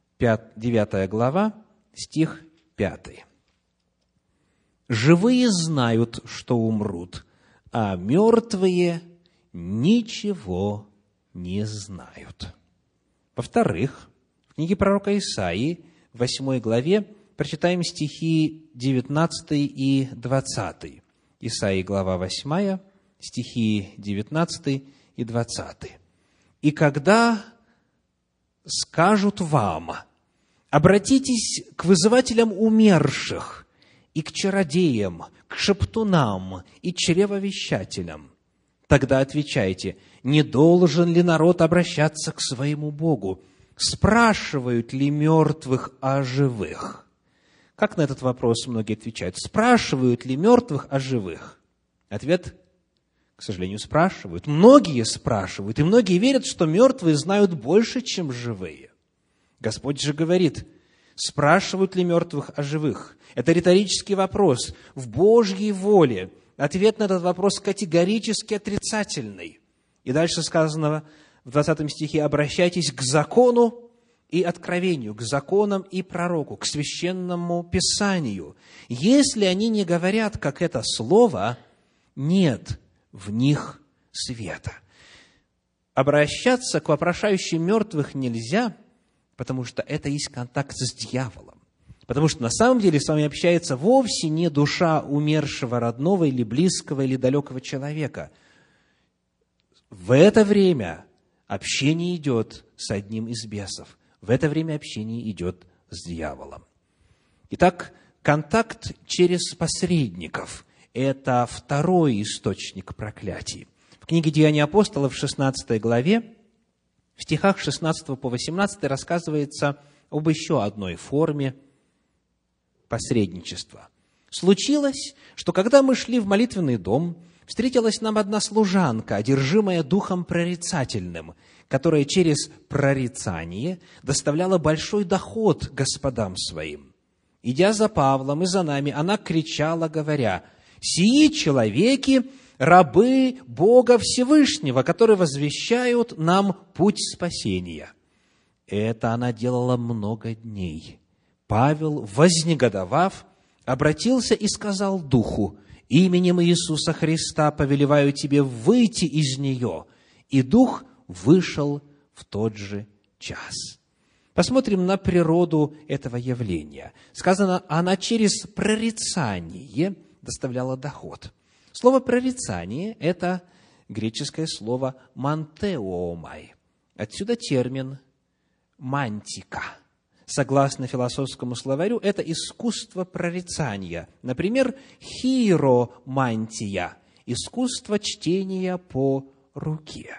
9 глава, стих 5. «Живые знают, что умрут, а мертвые ничего не знают». Во-вторых, в книге пророка Исаии, в 8 главе, прочитаем стихи 19 и 20. Исаии, глава 8, стихи 19 и 20. «И когда скажут вам: обратитесь к вызывателям умерших и к чародеям, к шептунам и чревовещателям, тогда отвечайте: не должен ли народ обращаться к своему Богу? Спрашивают ли мертвых о живых?» Как на этот вопрос многие отвечают? Спрашивают ли мертвых о живых? Ответ, к сожалению, спрашивают. Многие спрашивают, и многие верят, что мертвые знают больше, чем живые. Господь же говорит: Спрашивают ли мертвых о живых? Это риторический вопрос. В Божьей воле ответ на этот вопрос категорически отрицательный. И дальше сказано в 20 стихе: «Обращайтесь к закону и откровению, к законам и пророку, к священному писанию. Если они не говорят, как это слово, нет в них света». Обращаться к вопрошающим мертвых нельзя, потому что это есть контакт с дьяволом. Потому что на самом деле с вами общается вовсе не душа умершего родного или близкого или далекого человека. В это время общение идет с одним из бесов. В это время общение идет с дьяволом. Итак, контакт через посредников – это второй источник проклятий. В книге «Деяния апостолов» в 16 главе, в стихах 16 по 18 рассказывается об еще одной форме посредничества. «Случилось, что когда мы шли в молитвенный дом, встретилась нам одна служанка, одержимая духом прорицательным, которая через прорицание доставляла большой доход господам своим. Идя за Павлом и за нами, она кричала, говоря: «Сии человеки, рабы Бога Всевышнего, которые возвещают нам путь спасения». Это она делала много дней. Павел, вознегодовав, обратился и сказал духу: «Именем Иисуса Христа повелеваю тебе выйти из нее». И дух вышел в тот же час. Посмотрим на природу этого явления. Сказано, она через прорицание доставляла доход. Слово «прорицание» – это греческое слово «мантеомай». Отсюда термин «мантика». Согласно философскому словарю, это искусство прорицания. Например, хиромантия – искусство чтения по руке.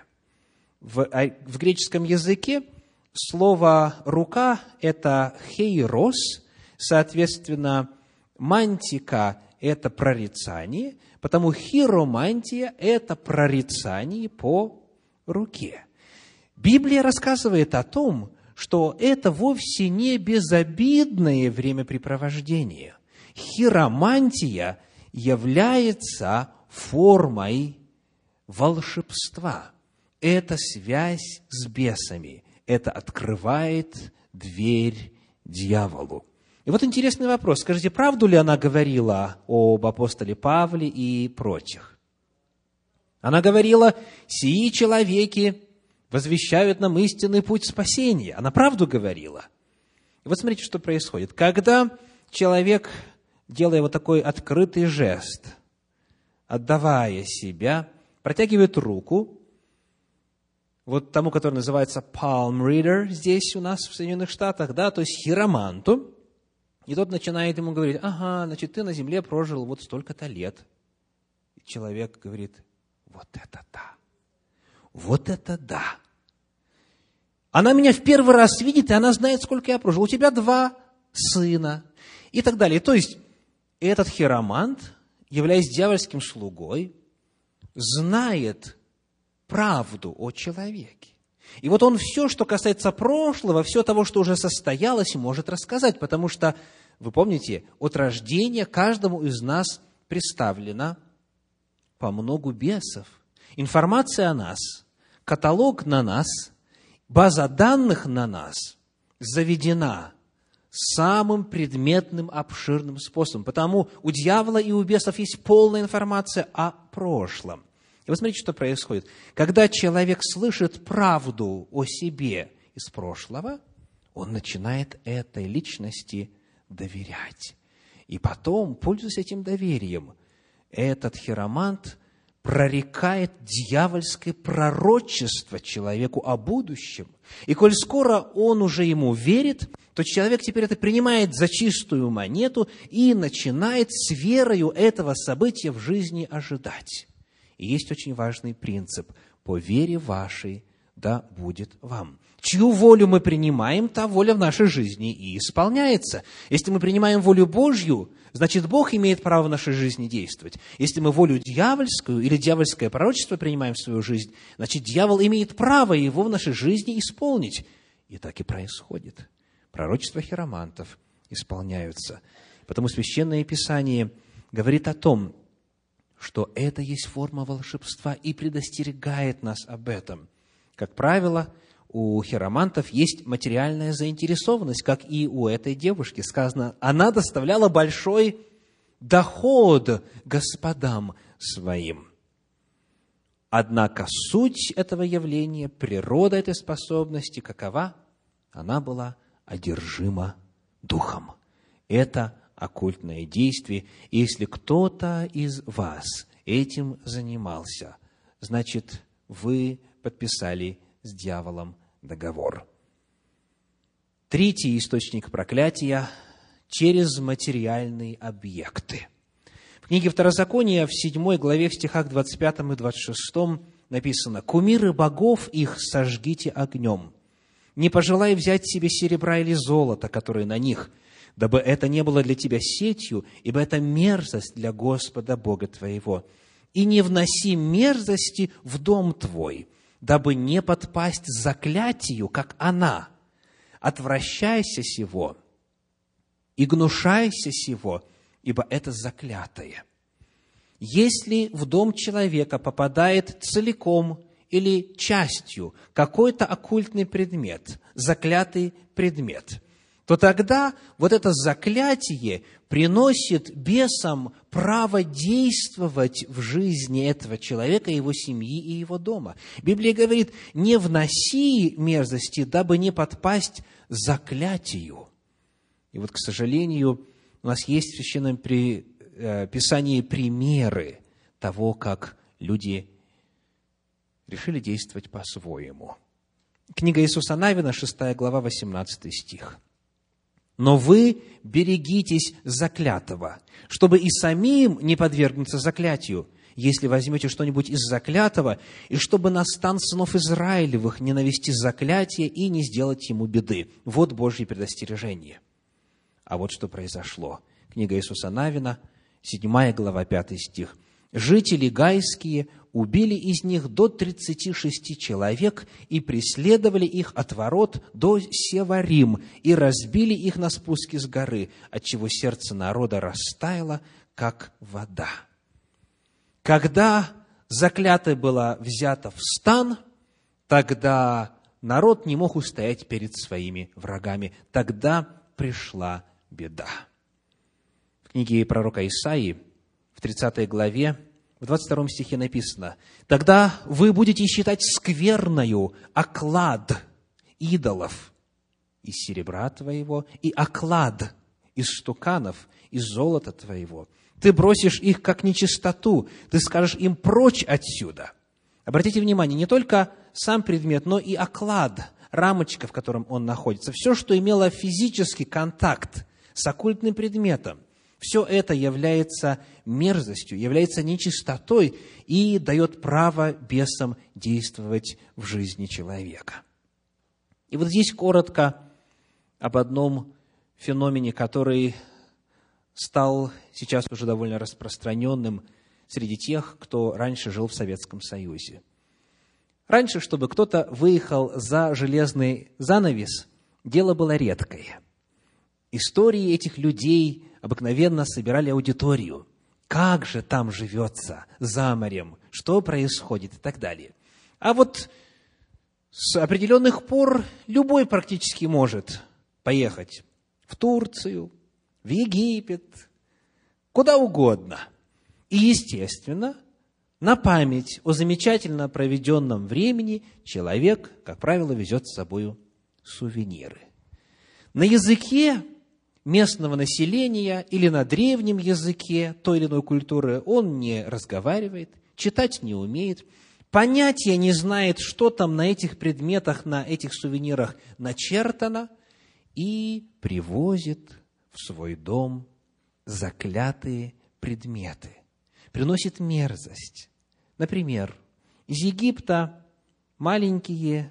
В греческом языке слово «рука» – это хейрос, соответственно, мантика – это прорицание, потому хиромантия – это прорицание по руке. Библия рассказывает о том, что это вовсе не безобидное времяпрепровождение. Хиромантия является формой волшебства. Это связь с бесами. Это открывает дверь дьяволу. И вот интересный вопрос. Скажите, правду ли она говорила об апостоле Павле и прочих? Она говорила: «Сии человеки возвещают нам истинный путь спасения». Она правду говорила. И вот смотрите, что происходит. Когда человек, делая вот такой открытый жест, отдавая себя, протягивает руку вот тому, который называется palm reader здесь у нас в Соединенных Штатах, да, то есть хироманту, и тот начинает ему говорить: «Ага, значит, ты на земле прожил вот столько-то лет». И человек говорит: «Вот это да! Вот это да! Она меня в первый раз видит, и она знает, сколько я прожил. У тебя 2 сына». И так далее. То есть, этот хиромант, являясь дьявольским слугой, знает правду о человеке. И вот он все, что касается прошлого, все того, что уже состоялось, может рассказать, потому что, вы помните, от рождения каждому из нас представлено по многу бесов. Информация о нас, каталог на нас, база данных на нас заведена самым предметным, обширным способом. Потому у дьявола и у бесов есть полная информация о прошлом. И вот смотрите, что происходит. Когда человек слышит правду о себе из прошлого, он начинает этой личности доверять. И потом, пользуясь этим доверием, этот хиромант прорекает дьявольское пророчество человеку о будущем. И коль скоро он уже ему верит, то человек теперь это принимает за чистую монету и начинает с верою этого события в жизни ожидать. И есть очень важный принцип: по вере вашей да будет вам. Чью волю мы принимаем, та воля в нашей жизни и исполняется. Если мы принимаем волю Божью, значит, Бог имеет право в нашей жизни действовать. Если мы волю дьявольскую или дьявольское пророчество принимаем в свою жизнь, значит, дьявол имеет право его в нашей жизни исполнить. И так и происходит. пророчества хиромантов исполняются. Потому Священное Писание говорит о том, что это есть форма волшебства и предостерегает нас об этом. Как правило, у хиромантов есть материальная заинтересованность, как и у этой девушки. Сказано, она доставляла большой доход господам своим. Однако суть этого явления, природа этой способности какова? Она была одержима духом. Это оккультное действие. И если кто-то из вас этим занимался, значит, вы подписали с дьяволом договор. Третий источник проклятия – через материальные объекты. В книге Второзакония, в 7 главе, в стихах 25 и 26 написано: «Кумиры богов их сожгите огнем. Не пожелай взять себе серебра или золота, которые на них, дабы это не было для тебя сетью, ибо это мерзость для Господа Бога твоего. И не вноси мерзости в дом твой, дабы не подпасть заклятию, как она. Отвращайся сего и гнушайся сего, ибо это заклятое». Если в дом человека попадает целиком или частью какой-то оккультный предмет, заклятый предмет, то тогда вот это заклятие приносит бесам право действовать в жизни этого человека, его семьи и его дома. Библия говорит: не вноси мерзости, дабы не подпасть заклятию. И вот, к сожалению, у нас есть в Священном Писании примеры того, как люди решили действовать по-своему. Книга Иисуса Навина, 6 глава, 18 стих. «Но вы берегитесь заклятого, чтобы и самим не подвергнуться заклятию, если возьмете что-нибудь из заклятого, и чтобы на стан сынов Израилевых не навести заклятие и не сделать ему беды». Вот Божье предостережение. А вот что произошло. Книга Иисуса Навина, 7 глава, 5 стих. «Жители гайские убили из них до 36 человек и преследовали их от ворот до Севарим и разбили их на спуске с горы, отчего сердце народа растаяло, как вода». Когда заклятое было взято в стан, тогда народ не мог устоять перед своими врагами. Тогда пришла беда. В книге пророка Исаии, в 30 главе, в 22 стихе написано: «Тогда вы будете считать скверною оклад идолов из серебра твоего и оклад из штуканов, из золота твоего. Ты бросишь их, как нечистоту, ты скажешь им: прочь отсюда». Обратите внимание, не только сам предмет, но и оклад, рамочка, в котором он находится. Все, что имело физический контакт с оккультным предметом, все это является мерзостью, является нечистотой и дает право бесам действовать в жизни человека. И вот здесь коротко об одном феномене, который стал сейчас уже довольно распространенным среди тех, кто раньше жил в Советском Союзе. Раньше, чтобы кто-то выехал за железный занавес, дело было редкое. Истории этих людей обыкновенно собирали аудиторию. Как же там живется за морем, что происходит и так далее. А вот с определенных пор любой практически может поехать в Турцию, в Египет, куда угодно. И, естественно, на память о замечательно проведенном времени человек, как правило, везет с собой сувениры. На языке местного населения или на древнем языке той или иной культуры он не разговаривает, читать не умеет, понятия не знает, что там на этих предметах, на этих сувенирах начертано, и привозит в свой дом заклятые предметы, приносит мерзость. Например, из Египта маленькие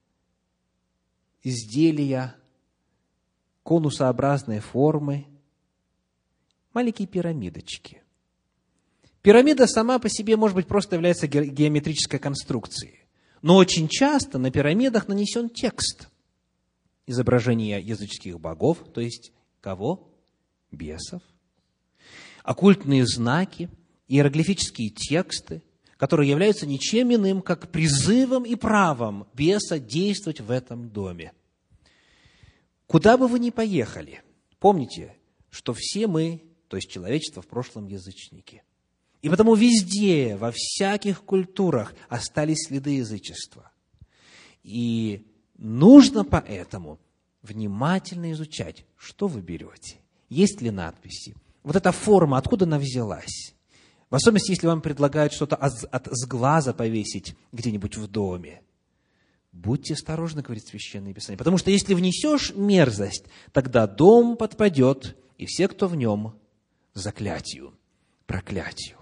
изделия конусообразной формы, маленькие пирамидочки. Пирамида сама по себе, может быть, просто является геометрической конструкцией, но очень часто на пирамидах нанесен текст. изображения языческих богов, то есть кого? Бесов. Оккультные знаки, иероглифические тексты, которые являются ничем иным, как призывом и правом беса действовать в этом доме. Куда бы вы ни поехали, помните, что все мы, то есть человечество в прошлом, язычники. И потому везде, во всяких культурах остались следы язычества. И нужно поэтому внимательно изучать, что вы берете. Есть ли надписи? Вот эта форма, откуда она взялась? В особенности, если вам предлагают что-то с глаза повесить где-нибудь в доме. Будьте осторожны, говорит Священное Писание, потому что если внесешь мерзость, тогда дом подпадет, и все, кто в нем, заклятию, проклятию.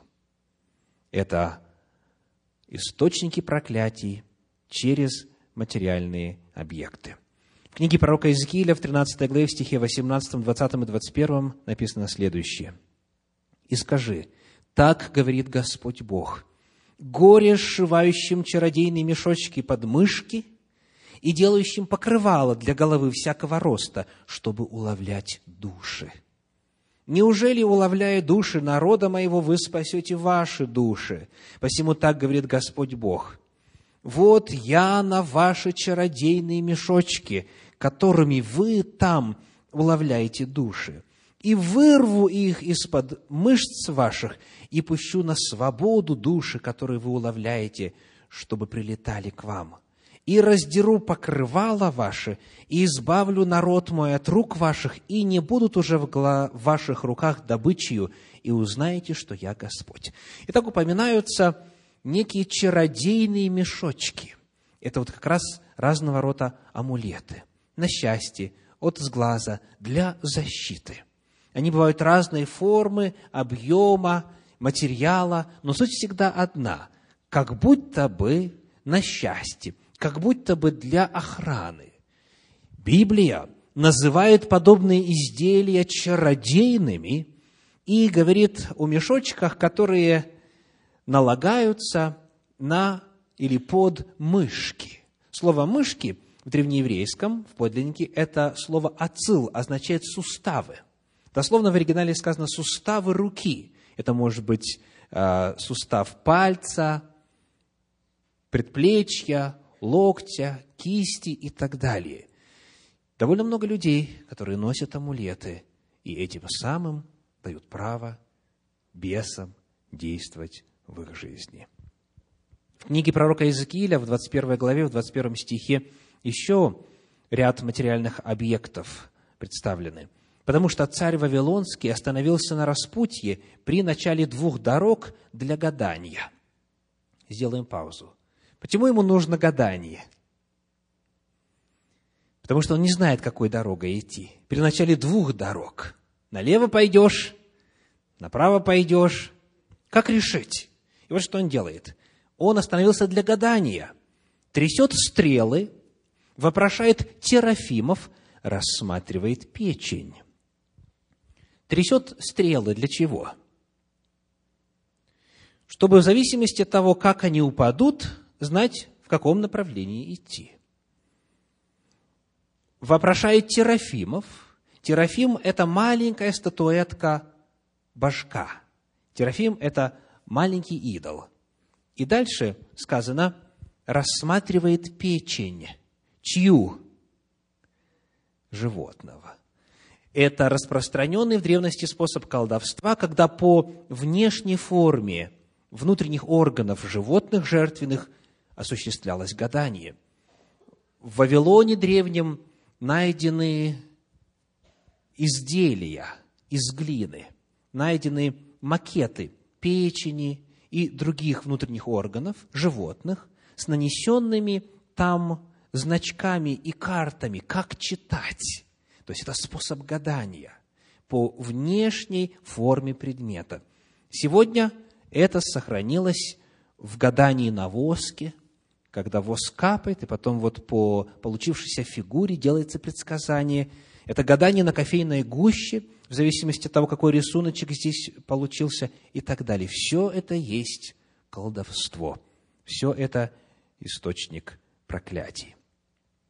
Это источники проклятий через материальные объекты. В книге пророка Иезекииля в 13 главе, в стихе 18, 20 и 21 написано следующее. «И скажи, так говорит Господь Бог, горе сшивающим чародейные мешочки под мышки и делающим покрывало для головы всякого роста, чтобы уловлять души. Неужели, уловляя души народа моего, вы спасете ваши души? Посему так говорит Господь Бог. Вот я на ваши чародейные мешочки, которыми вы там уловляете души, и вырву их из-под мышц ваших, и пущу на свободу души, которые вы уловляете, чтобы прилетали к вам. И раздеру покрывала ваши, и избавлю народ мой от рук ваших, и не будут уже в ваших руках добычею, и узнаете, что я Господь». Итак, упоминаются некие чародейные мешочки. Это вот как раз разного рода амулеты на счастье, от сглаза, для защиты. Они бывают разной формы, объема, материала, но суть всегда одна. Как будто бы на счастье, как будто бы для охраны. Библия называет подобные изделия чародейными и говорит о мешочках, которые налагаются на или под мышки. Слово «мышки» в древнееврейском, в подлиннике, это слово «ацил», означает «суставы». Дословно в оригинале сказано «суставы руки». Это может быть сустав пальца, предплечья, локтя, кисти и так далее. Довольно много людей, которые носят амулеты, и этим самым дают право бесам действовать в их жизни. В книге пророка Иезекииля в 21 главе, в 21 стихе еще ряд материальных объектов представлены. Потому что царь Вавилонский остановился на распутье при начале 2 дорог для гадания. Сделаем паузу. Почему ему нужно гадание? Потому что он не знает, какой дорогой идти. При начале 2 дорог. Налево пойдешь, направо пойдешь. Как решить? И вот что он делает. Он остановился для гадания. Трясет стрелы, вопрошает терафимов, рассматривает печень. Трясет стрелы для чего? Чтобы в зависимости от того, как они упадут, знать, в каком направлении идти. Вопрошает терафимов. Терафим – это маленькая статуэтка божка. Терафим – это маленький идол. И дальше сказано, рассматривает печень. Чью? Животного. Это распространенный в древности способ колдовства, когда по внешней форме внутренних органов животных жертвенных осуществлялось гадание. В Вавилоне древнем найдены изделия из глины, найдены макеты печени и других внутренних органов животных с нанесенными там значками и картами, как читать. То есть это способ гадания по внешней форме предмета. Сегодня это сохранилось в гадании на воске, когда воск капает, и потом вот по получившейся фигуре делается предсказание. Это гадание на кофейной гуще, в зависимости от того, какой рисуночек здесь получился, и так далее. Все это есть колдовство. Все это источник проклятий.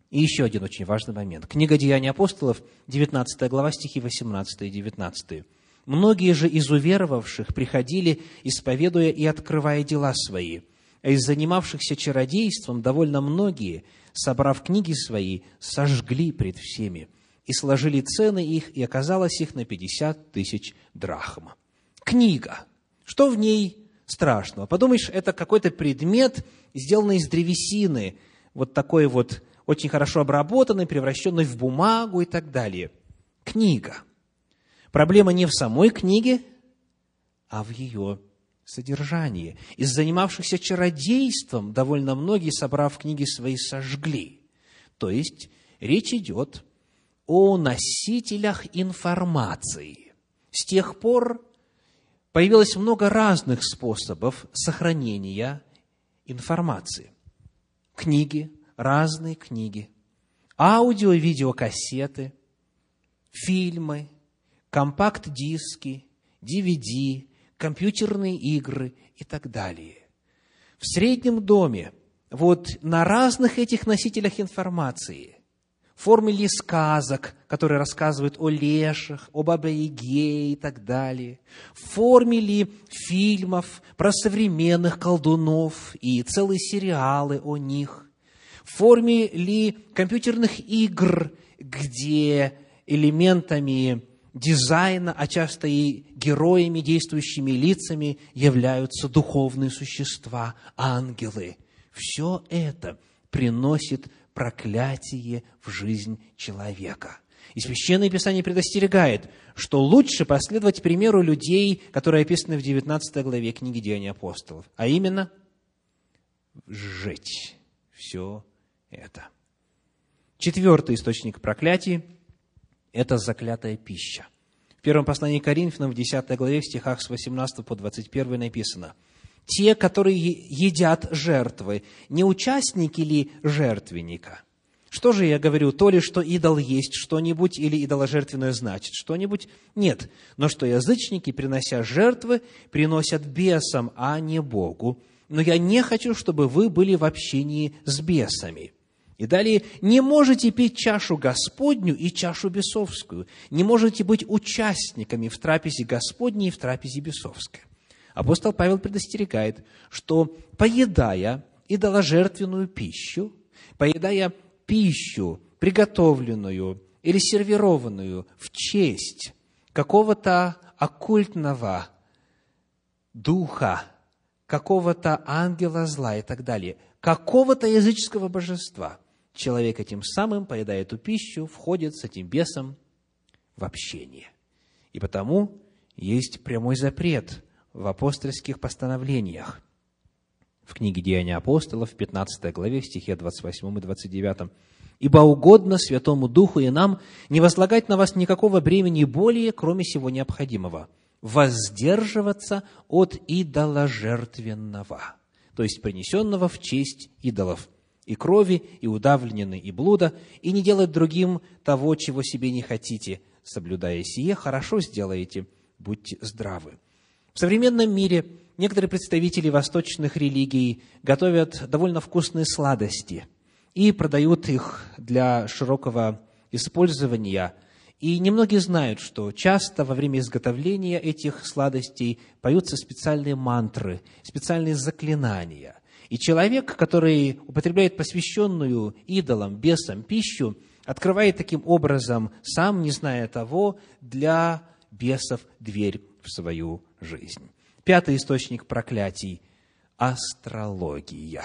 И еще один очень важный момент. Книга «Деяния апостолов», 19 глава, стихи 18 и 19. «Многие же из уверовавших приходили, исповедуя и открывая дела свои, а из занимавшихся чародейством довольно многие, собрав книги свои, сожгли пред всеми, и сложили цены их, и оказалось их на 50 тысяч драхм». Книга. Что в ней страшного? Подумаешь, это какой-то предмет, сделанный из древесины, вот такой вот, очень хорошо обработанный, превращенный в бумагу и так далее. Книга. Проблема не в самой книге, а в ее содержании. Из занимавшихся чародейством довольно многие, собрав книги свои, сожгли. То есть, речь идет о носителях информации. С тех пор появилось много разных способов сохранения информации. Книги, разные книги, аудио- и видеокассеты, фильмы, компакт-диски, DVD, компьютерные игры и так далее. В среднем доме вот на разных этих носителях информации, в форме ли сказок, которые рассказывают о леших, о бабе-яге и так далее, в форме ли фильмов про современных колдунов и целые сериалы о них, в форме ли компьютерных игр, где элементами дизайна, а часто и героями, действующими лицами являются духовные существа, ангелы. Все это приносит проклятие в жизнь человека. И Священное Писание предостерегает, что лучше последовать примеру людей, которые описаны в 19 главе книги «Деяния апостолов», а именно сжечь все это. Четвертый источник проклятий – это заклятая пища. В первом послании к Коринфянам, в 10 главе, в стихах с 18 по 21 написано: «Те, которые едят жертвы, не участники ли жертвенника? Что же я говорю, то ли, что идол есть что-нибудь, или идоложертвенное значит что-нибудь? Нет, но что язычники, принося жертвы, приносят бесам, а не Богу. Но я не хочу, чтобы вы были в общении с бесами». И далее: «Не можете пить чашу Господню и чашу бесовскую, не можете быть участниками в трапезе Господней и в трапезе бесовской». Апостол Павел предостерегает, что, поедая идоложертвенную пищу, поедая пищу, приготовленную или сервированную в честь какого-то оккультного духа, какого-то ангела зла и так далее, какого-то языческого божества, человек этим самым, поедая эту пищу, входит с этим бесом в общение. И потому есть прямой запрет в апостольских постановлениях. В книге «Деяния апостолов», в 15 главе, в стихе 28 и 29. «Ибо угодно Святому Духу и нам не возлагать на вас никакого бремени более, кроме всего необходимого, воздерживаться от идоложертвенного», то есть принесенного в честь идолов, и крови, и удавленины, и блуда, и не делать другим того, чего себе не хотите. Соблюдая сие, хорошо сделаете, будьте здравы. В современном мире некоторые представители восточных религий готовят довольно вкусные сладости и продают их для широкого использования. И немногие знают, что часто во время изготовления этих сладостей поются специальные мантры, специальные заклинания. И человек, который употребляет посвященную идолам, бесам пищу, открывает таким образом, сам не зная того, для бесов дверь в свою жизнь. Пятый источник проклятий – астрология.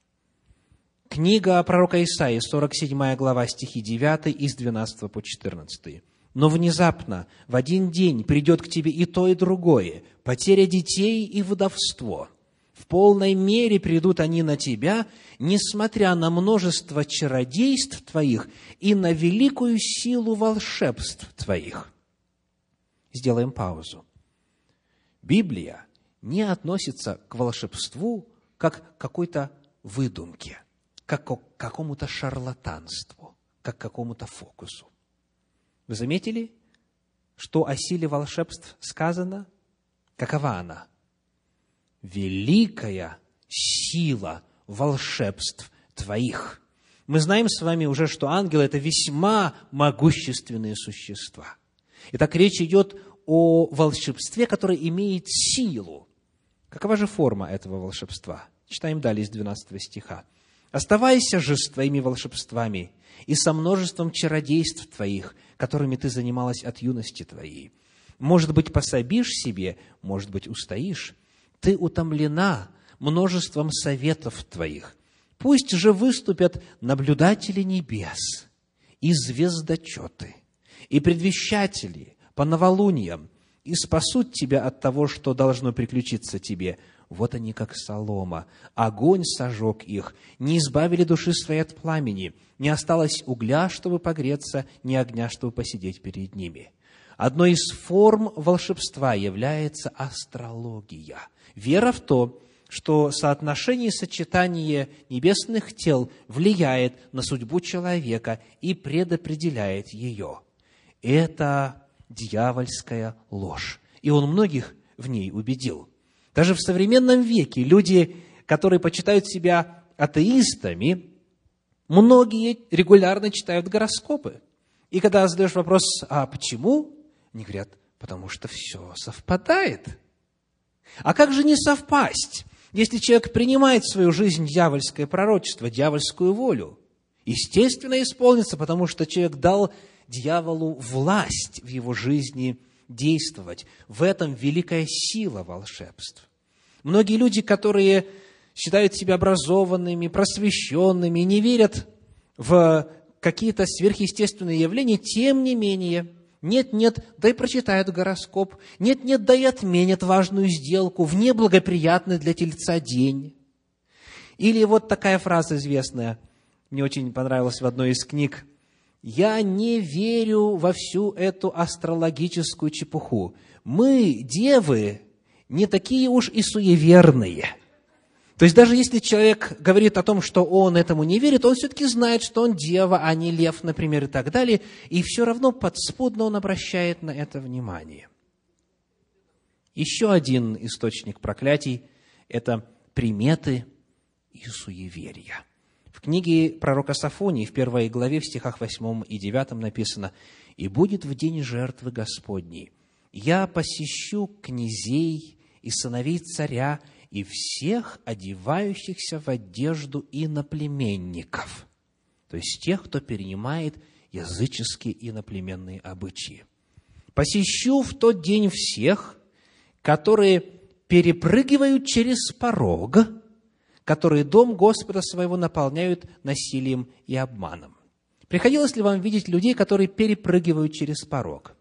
Книга пророка Исаии, 47 глава, стихи 9, из 12 по 14. «Но внезапно, в один день придет к тебе и то, и другое, потеря детей и вдовство. В полной мере придут они на тебя, несмотря на множество чародейств твоих и на великую силу волшебств твоих». Сделаем паузу. Библия не относится к волшебству как к какой-то выдумке, как к какому-то шарлатанству, как к какому-то фокусу. Вы заметили, что о силе волшебств сказано? Какова она? Великая сила волшебств твоих. Мы знаем с вами уже, что ангелы – это весьма могущественные существа. Итак, речь идет о волшебстве, которое имеет силу. Какова же форма этого волшебства? Читаем далее из 12 стиха. «Оставайся же с твоими волшебствами и со множеством чародейств твоих, которыми ты занималась от юности твоей. Может быть, пособишь себе, может быть, устоишь. Ты утомлена множеством советов твоих. Пусть же выступят наблюдатели небес и звездочеты, и предвещатели по новолуниям, и спасут тебя от того, что должно приключиться тебе. Вот они, как солома. Огонь сожег их, не избавили души своей от пламени. Не осталось угля, чтобы погреться, ни огня, чтобы посидеть перед ними». Одной из форм волшебства является астрология. Вера в то, что соотношение и сочетание небесных тел влияет на судьбу человека и предопределяет ее. Это дьявольская ложь. И он многих в ней убедил. Даже в современном веке люди, которые почитают себя атеистами, многие регулярно читают гороскопы. И когда задаешь вопрос, а почему? Они говорят, потому что все совпадает. А как же не совпасть, если человек принимает в свою жизнь дьявольское пророчество, дьявольскую волю? Естественно, исполнится, потому что человек дал дьяволу власть в его жизни действовать. В этом великая сила волшебств. Многие люди, которые считают себя образованными, просвещенными, не верят в какие-то сверхъестественные явления, тем не менее, нет-нет, да и прочитают гороскоп, нет-нет, да и отменят важную сделку в неблагоприятный для тельца день. Или вот такая фраза известная, мне очень понравилась в одной из книг: «Я не верю во всю эту астрологическую чепуху. Мы, девы, не такие уж и суеверные». То есть даже если человек говорит о том, что он этому не верит, он все-таки знает, что он дева, а не лев, например, и так далее, и все равно подспудно он обращает на это внимание. Еще один источник проклятий – это приметы и суеверия. В книге пророка Софонии, в 1 главе, в стихах 8 и 9 написано: «И будет в день жертвы Господней, я посещу князей и сыновей царя, и всех одевающихся в одежду иноплеменников», то есть тех, кто перенимает языческие иноплеменные обычаи. «Посещу в тот день всех, которые перепрыгивают через порог, которые дом Господа своего наполняют насилием и обманом». Приходилось ли вам видеть людей, которые перепрыгивают через порог?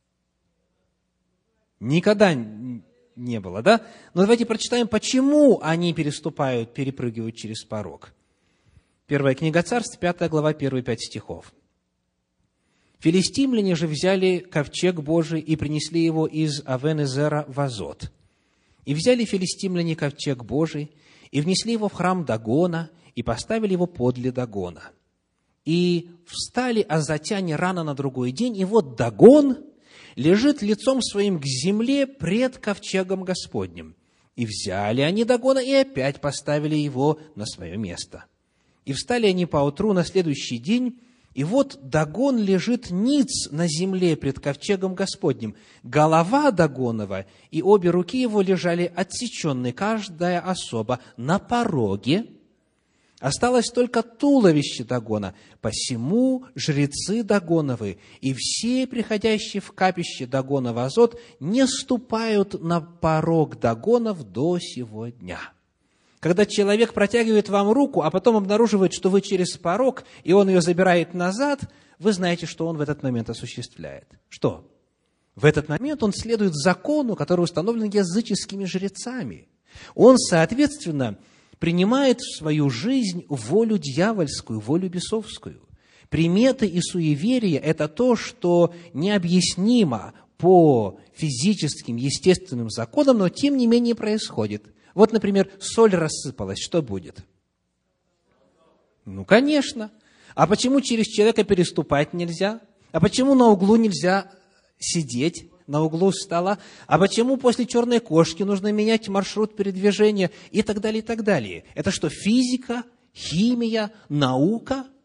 Никогда не было, да? Но давайте прочитаем, почему они перепрыгивают через порог. Первая книга Царств, 5 глава, 1-5 стихов. «Филистимляне же взяли ковчег Божий и принесли его из Авен-Эзера в Азот. И взяли филистимляне ковчег Божий, и внесли его в храм Дагона, и поставили его подле Дагона. И встали азотяне рано на другой день, и вот Дагон лежит лицом своим к земле пред ковчегом Господним. И взяли они Дагона, и опять поставили его на свое место. И встали они поутру на следующий день, и вот Дагон лежит ниц на земле пред ковчегом Господним. Голова Дагонова и обе руки его лежали отсеченные, каждая особа, на пороге. Осталось только туловище Дагона. Посему жрецы Дагоновы и все приходящие в капище Дагона в Азот не ступают на порог Дагонов до сего дня». Когда человек протягивает вам руку, а потом обнаруживает, что вы через порог, и он ее забирает назад, вы знаете, что он в этот момент осуществляет. Что? В этот момент он следует закону, который установлен языческими жрецами. Он, соответственно, принимает в свою жизнь волю дьявольскую, волю бесовскую. Приметы и суеверия – это то, что необъяснимо по физическим, естественным законам, но тем не менее происходит. Вот, например, соль рассыпалась, что будет? Ну, конечно. А почему через человека переступать нельзя? А почему на углу нельзя сидеть, на углу стола? А почему после черной кошки нужно менять маршрут передвижения? И так далее, и так далее. Это что, физика, химия, наука?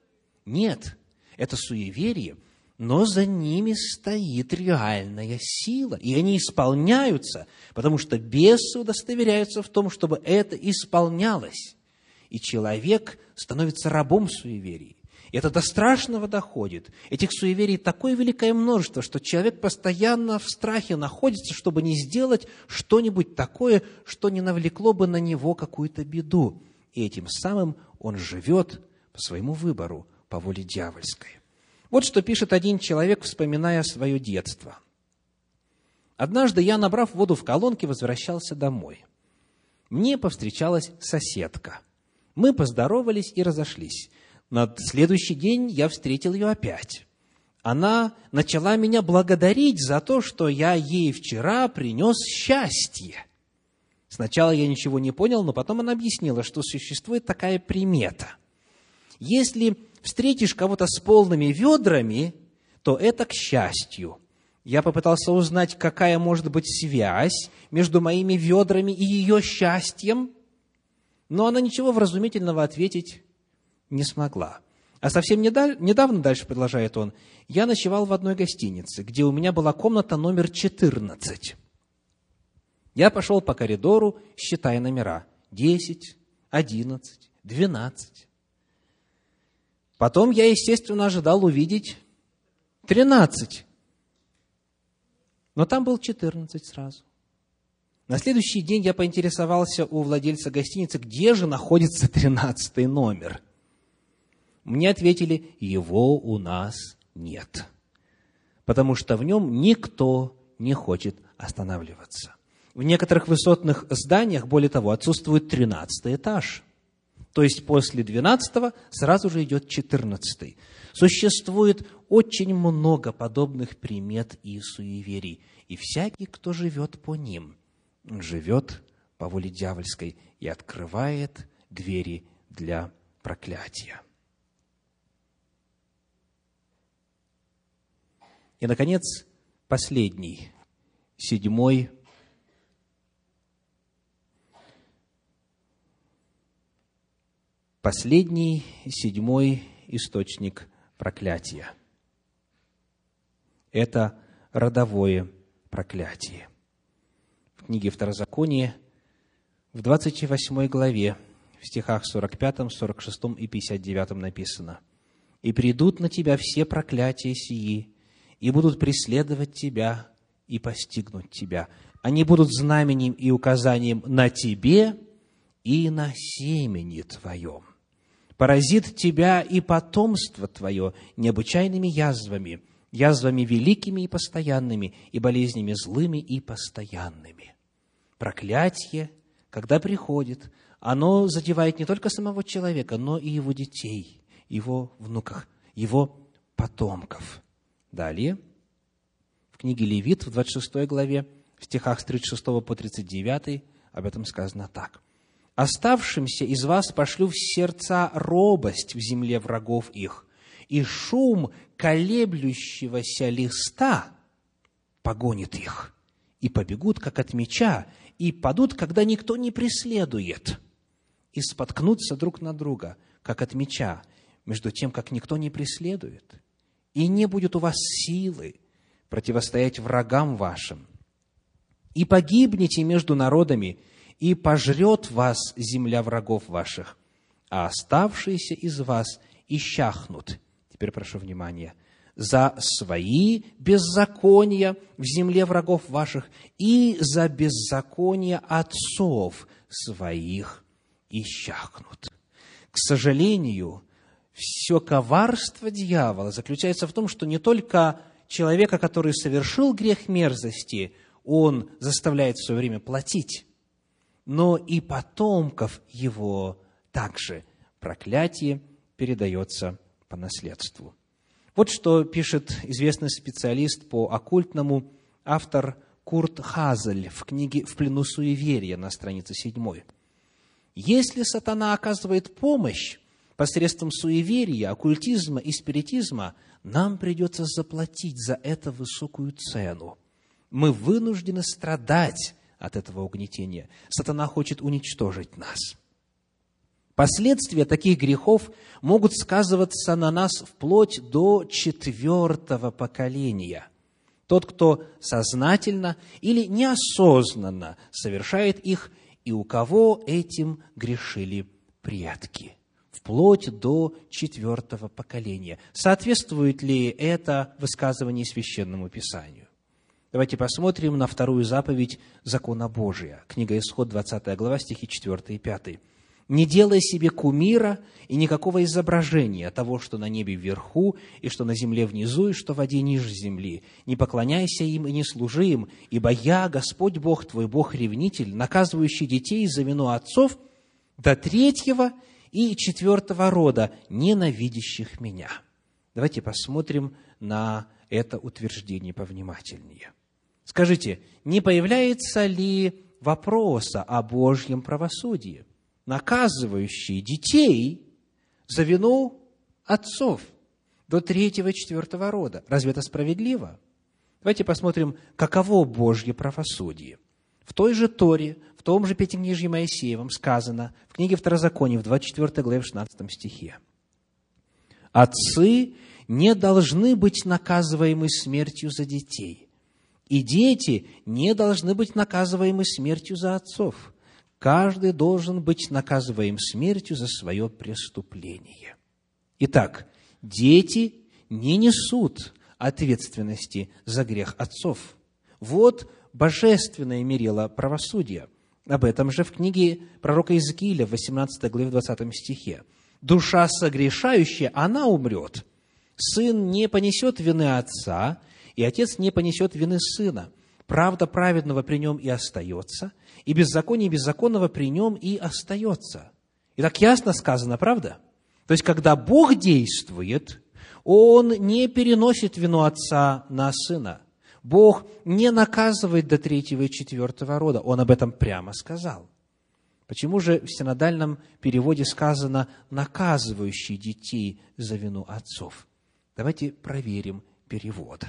Нет, это суеверие, но за ними стоит реальная сила, и они исполняются, потому что бесы удостоверяются в том, чтобы это исполнялось. И человек становится рабом суеверий. И это до страшного доходит. Этих суеверий такое великое множество, что человек постоянно в страхе находится, чтобы не сделать что-нибудь такое, что не навлекло бы на него какую-то беду. И этим самым он живет по своему выбору, по воле дьявольской. Вот что пишет один человек, вспоминая свое детство. «Однажды я, набрав воду в колонке, возвращался домой. Мне повстречалась соседка. Мы поздоровались и разошлись. На следующий день я встретил ее опять. Она начала меня благодарить за то, что я ей вчера принес счастье. Сначала я ничего не понял, но потом она объяснила, что существует такая примета. Если встретишь кого-то с полными ведрами, то это к счастью. Я попытался узнать, какая может быть связь между моими ведрами и ее счастьем, но она ничего вразумительного ответить не смогла. А совсем недавно, дальше продолжает он, я ночевал в одной гостинице, где у меня была комната номер 14. Я пошел по коридору, считая номера. 10, 11, 12. Потом я, естественно, ожидал увидеть 13. Но там был 14 сразу. На следующий день я поинтересовался у владельца гостиницы, где же находится 13-й номер. Мне ответили, его у нас нет, потому что в нем никто не хочет останавливаться. В некоторых высотных зданиях, более того, отсутствует 13-й этаж. То есть после 12-го сразу же идет 14-й. Существует очень много подобных примет и суеверий. И всякий, кто живет по ним, живет по воле дьявольской и открывает двери для проклятия. И, наконец, последний, 7-й, источник проклятия. Это родовое проклятие. В книге Второзакония, в 28 главе, в стихах 45, 46 и 59 написано: «И придут на тебя все проклятия сии, и будут преследовать тебя и постигнуть тебя. Они будут знаменем и указанием на тебе и на семени твоем. Поразит тебя и потомство твое необычайными язвами, язвами великими и постоянными, и болезнями злыми и постоянными». Проклятие, когда приходит, оно задевает не только самого человека, но и его детей, его внуков, его потомков. Далее, в книге Левит, в 26 главе, в стихах с 36 по 39, об этом сказано так. «Оставшимся из вас пошлю в сердца робость в земле врагов их, и шум колеблющегося листа погонит их, и побегут, как от меча, и падут, когда никто не преследует, и споткнутся друг на друга, как от меча, между тем, как никто не преследует. И не будет у вас силы противостоять врагам вашим. И погибнете между народами, и пожрет вас земля врагов ваших, а оставшиеся из вас исчахнут». Теперь прошу внимания. «За свои беззакония в земле врагов ваших и за беззаконие отцов своих исчахнут». К сожалению, все коварство дьявола заключается в том, что не только человека, который совершил грех мерзости, он заставляет в свое время платить, но и потомков его также проклятие передается по наследству. Вот что пишет известный специалист по оккультному, автор Курт Хазель в книге «В плену суеверия» на странице 7. «Если сатана оказывает помощь посредством суеверия, оккультизма и спиритизма, нам придется заплатить за это высокую цену. Мы вынуждены страдать от этого угнетения. Сатана хочет уничтожить нас. Последствия таких грехов могут сказываться на нас вплоть до 4-го поколения. Тот, кто сознательно или неосознанно совершает их, и у кого этим грешили предки. Вплоть до 4-го поколения. Соответствует ли это высказывание Священному Писанию? Давайте посмотрим на вторую заповедь закона Божия. Книга Исход, 20 глава, стихи 4 и 5. «Не делай себе кумира и никакого изображения того, что на небе вверху, и что на земле внизу, и что в воде ниже земли. Не поклоняйся им и не служи им, ибо я, Господь Бог твой, Бог-ревнитель, наказывающий детей за вину отцов до 3-го и 4-го рода, ненавидящих меня». Давайте посмотрим на это утверждение повнимательнее. Скажите, не появляется ли вопроса о Божьем правосудии, наказывающий детей за вину отцов до 3-го и 4-го рода? Разве это справедливо? Давайте посмотрим, каково Божье правосудие. В той же Торе, в том же Пятикнижье Моисеевом сказано, в книге Второзакония, в 24 главе, в 16 стихе: «Отцы не должны быть наказываемы смертью за детей, и дети не должны быть наказываемы смертью за отцов. Каждый должен быть наказываем смертью за свое преступление». Итак, дети не несут ответственности за грех отцов. Вот божественное мерило правосудия. Об этом же в книге пророка Иезекииля, в 18 главе, в 20 стихе. «Душа согрешающая, она умрет. Сын не понесет вины отца, и отец не понесет вины сына. Правда праведного при нем и остается, и беззаконие беззаконного при нем и остается». И так ясно сказано, правда? То есть, когда Бог действует, Он не переносит вину отца на сына. Бог не наказывает до 3-го и 4-го рода. Он об этом прямо сказал. Почему же в синодальном переводе сказано «наказывающий детей за вину отцов»? Давайте проверим перевод.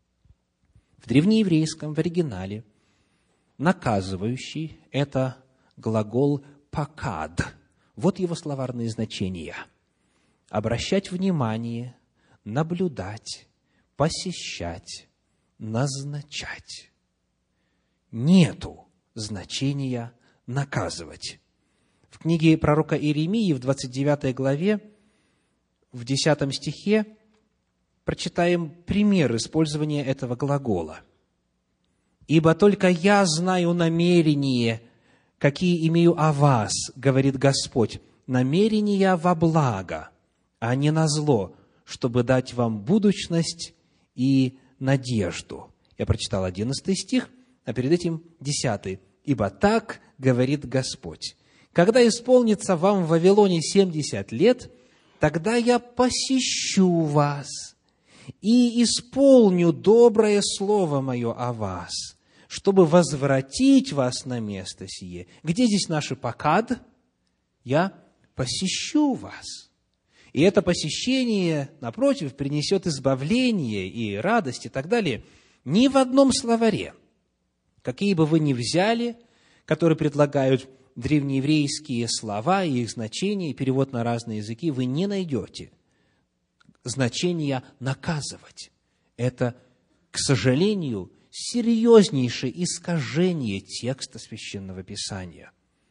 В древнееврейском, в оригинале, «наказывающий» – это глагол «пакад». Вот его словарные значения. Обращать внимание, наблюдать, посещать, назначать. Нету значения наказывать. В книге пророка Иеремии в 29 главе, в 10 стихе, прочитаем пример использования этого глагола. «Ибо только я знаю намерения, какие имею о вас, говорит Господь, намерения во благо, а не на зло, чтобы дать вам будущность и надежду». Я прочитал 11 стих, а перед этим 10. «Ибо так говорит Господь, когда исполнится вам в Вавилоне 70 лет, тогда я посещу вас и исполню доброе слово мое о вас, чтобы возвратить вас на место сие». Где здесь наши пакад? Я посещу вас. И это посещение, напротив, принесет избавление и радость и так далее. Ни в одном словаре, какие бы вы ни взяли, которые предлагают древнееврейские слова и их значения, и перевод на разные языки, вы не найдете значения «наказывать». Это, к сожалению, серьезнейшее искажение текста Священного Писания.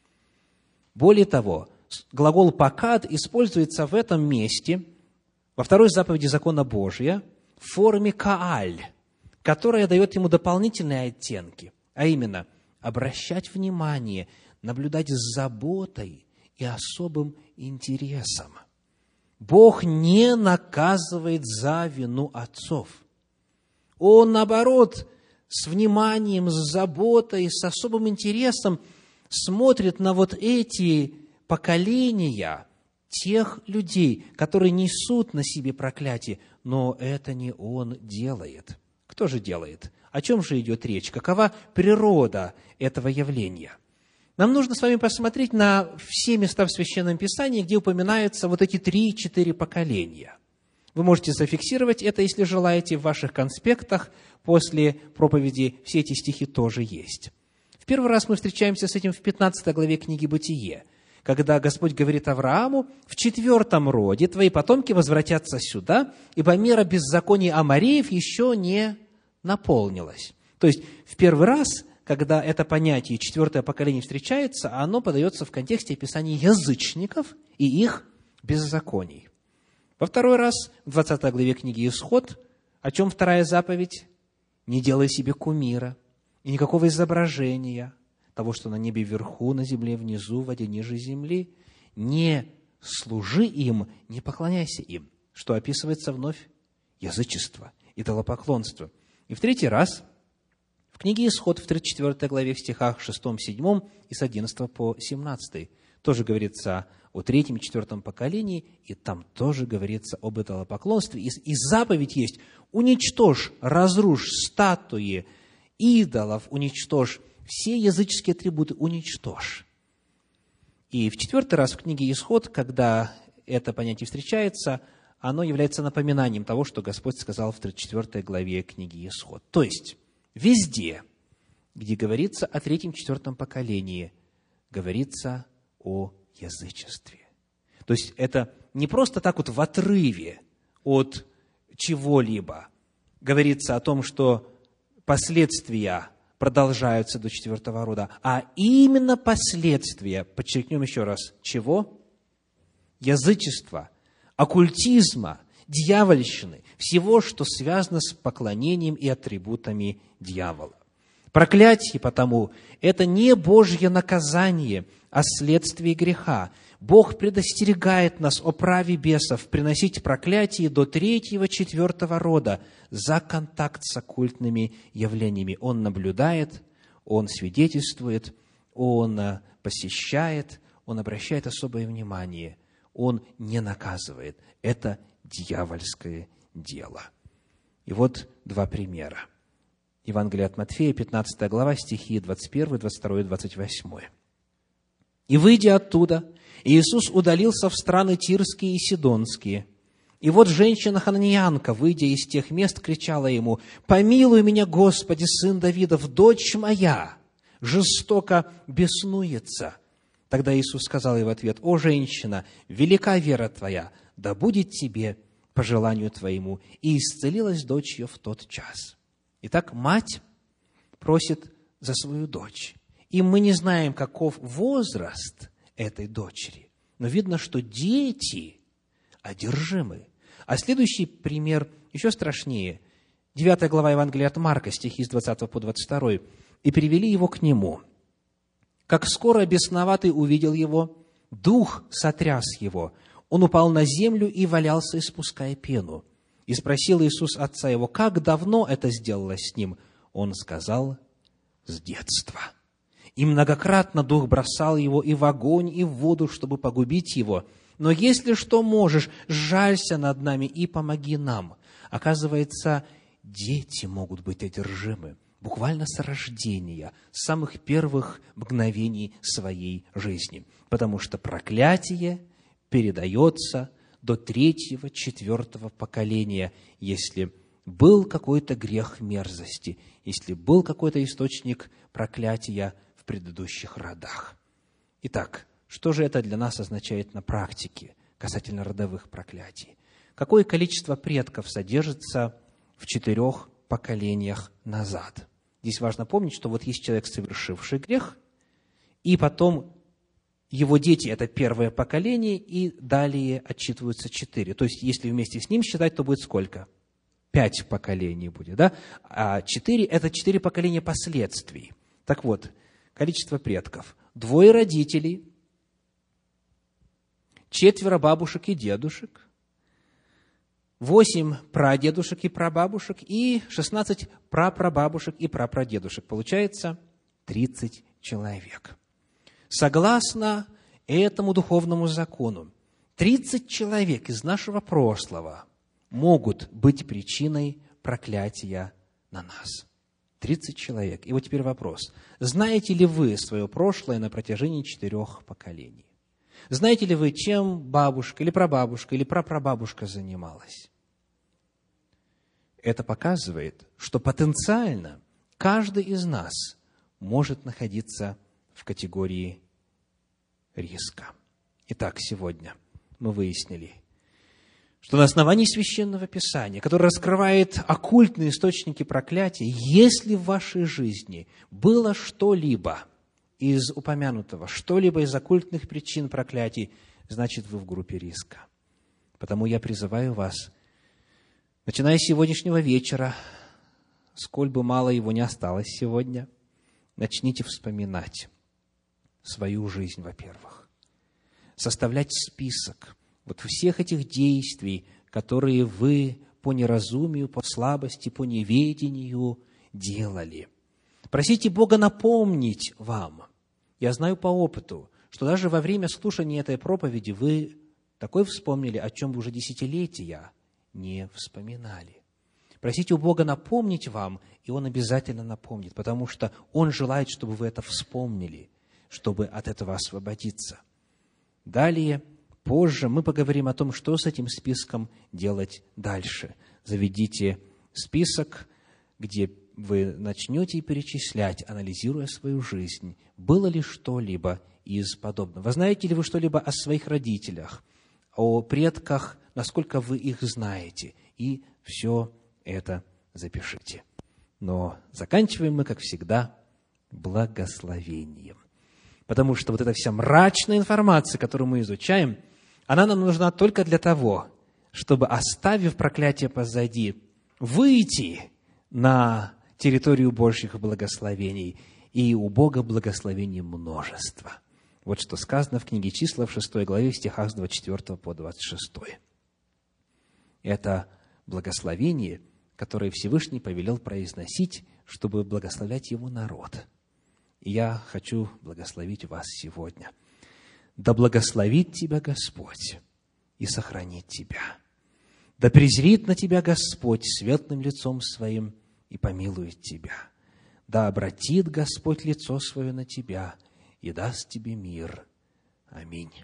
Более того, глагол «пакад» используется в этом месте, во второй заповеди закона Божия, в форме «кааль», которая дает ему дополнительные оттенки, а именно обращать внимание, наблюдать с заботой и особым интересом. Бог не наказывает за вину отцов. Он, наоборот, с вниманием, с заботой, с особым интересом смотрит на вот эти поколения тех людей, которые несут на себе проклятие, но это не Он делает. Кто же делает? О чем же идет речь? Какова природа этого явления? Нам нужно с вами посмотреть на все места в Священном Писании, где упоминаются вот эти 3-4 поколения. Вы можете зафиксировать это, если желаете, в ваших конспектах. После проповеди все эти стихи тоже есть. В первый раз мы встречаемся с этим в 15 главе книги «Бытие», когда Господь говорит Аврааму: в 4-м роде твои потомки возвратятся сюда, ибо мера беззакония амореев еще не наполнилась. То есть, в первый раз, когда это понятие 4-е поколение встречается, оно подается в контексте описания язычников и их беззаконий. Во второй раз, в 20 главе книги «Исход», о чем вторая заповедь? Не делай себе кумира и никакого изображения того, что на небе вверху, на земле внизу, в воде ниже земли. Не служи им, не поклоняйся им. Что описывается вновь? Язычество, идолопоклонство. И в 3-й раз, в книге «Исход», в 34 главе, в стихах 6, 7 и с 11 по 17, тоже говорится о 3-м и 4-м поколении, и там тоже говорится об идолопоклонстве. И заповедь есть: уничтожь, разрушь статуи идолов, уничтожь все языческие атрибуты, уничтожь. И в 4-й раз в книге «Исход», когда это понятие встречается, оно является напоминанием того, что Господь сказал в 34 главе книги «Исход». То есть, везде, где говорится о 3-м, 4-м поколении, говорится о язычестве. То есть, это не просто так вот в отрыве от чего-либо говорится о том, что последствия продолжаются до 4-го рода, а именно последствия, подчеркнем еще раз, чего? Язычества, оккультизма, дьявольщины, всего, что связано с поклонением и атрибутами дьявола. Проклятие потому – это не Божье наказание, а следствие греха. Бог предостерегает нас о праве бесов приносить проклятие до 3-го, 4-го рода за контакт с оккультными явлениями. Он наблюдает, он свидетельствует, он посещает, он обращает особое внимание, он не наказывает. Это дьявольское дело. И вот 2 примера. Евангелие от Матфея, 15 глава, стихи 21, 22, 28. «И, выйдя оттуда, Иисус удалился в страны Тирские и Сидонские. И вот женщина-хананеянка, выйдя из тех мест, кричала ему: „Помилуй меня, Господи, сын Давидов, дочь моя жестоко беснуется“. Тогда Иисус сказал ей в ответ: „О, женщина, велика вера твоя, да будет тебе по желанию твоему“. И исцелилась дочь ее в тот час». Итак, мать просит за свою дочь. И мы не знаем, каков возраст этой дочери. Но видно, что дети одержимы. А следующий пример еще страшнее. 9 глава Евангелия от Марка, стихи с 20 по 22. «И привели его к нему. Как скоро бесноватый увидел его, дух сотряс его. Он упал на землю и валялся, испуская пену. И спросил Иисус отца его: как давно это сделалось с ним? Он сказал: с детства. И многократно дух бросал его и в огонь, и в воду, чтобы погубить его. Но если что можешь, сжалься над нами и помоги нам». Оказывается, дети могут быть одержимы буквально с рождения, с самых первых мгновений своей жизни, потому что проклятие передается до 3-го, 4-го поколения, если был какой-то грех мерзости, если был какой-то источник проклятия в предыдущих родах. Итак, что же это для нас означает на практике касательно родовых проклятий? Какое количество предков содержится в 4 поколениях назад? Здесь важно помнить, что вот есть человек, совершивший грех, и потом его дети – это 1-е поколение, и далее отсчитываются 4. То есть, если вместе с ним считать, то будет сколько? 5 поколений будет, да? А 4 – это 4 поколения последствий. Так вот, количество предков. 2 родителей, 4 бабушек и дедушек, 8 прадедушек и прабабушек и 16 прапрабабушек и прапрадедушек. Получается 30 человек. Согласно этому духовному закону, 30 человек из нашего прошлого могут быть причиной проклятия на нас. 30 человек. И вот теперь вопрос. Знаете ли вы свое прошлое на протяжении 4 поколений? Знаете ли вы, чем бабушка или прабабушка или прапрабабушка занималась? Это показывает, что потенциально каждый из нас может находиться в категории риска. Итак, сегодня мы выяснили, что на основании Священного Писания, которое раскрывает оккультные источники проклятия, если в вашей жизни было что-либо из упомянутого, что-либо из оккультных причин проклятий, значит, вы в группе риска. Потому я призываю вас, начиная с сегодняшнего вечера, сколь бы мало его не осталось сегодня, начните вспоминать свою жизнь, во-первых. Составлять список вот всех этих действий, которые вы по неразумию, по слабости, по неведению делали. Просите Бога напомнить вам. Я знаю по опыту, что даже во время слушания этой проповеди вы такое вспомнили, о чем вы уже десятилетия не вспоминали. Просите у Бога напомнить вам, и Он обязательно напомнит, потому что Он желает, чтобы вы это вспомнили, чтобы от этого освободиться. Далее, позже мы поговорим о том, что с этим списком делать дальше. Заведите список, где вы начнете перечислять, анализируя свою жизнь, было ли что-либо из подобного. Знаете ли вы что-либо о своих родителях, о предках, насколько вы их знаете, и все это запишите. Но заканчиваем мы, как всегда, благословением. Потому что вот эта вся мрачная информация, которую мы изучаем, она нам нужна только для того, чтобы, оставив проклятие позади, выйти на территорию Божьих благословений. И у Бога благословений множество. Вот что сказано в книге «Числа» в 6 главе, в стихах с 24 по 26. Это благословение, которое Всевышний повелел произносить, чтобы благословлять Его народ. И я хочу благословить вас сегодня. Да благословит тебя Господь и сохранит тебя. Да презрит на тебя Господь светлым лицом Своим и помилует тебя. Да обратит Господь лицо Свое на тебя и даст тебе мир. Аминь.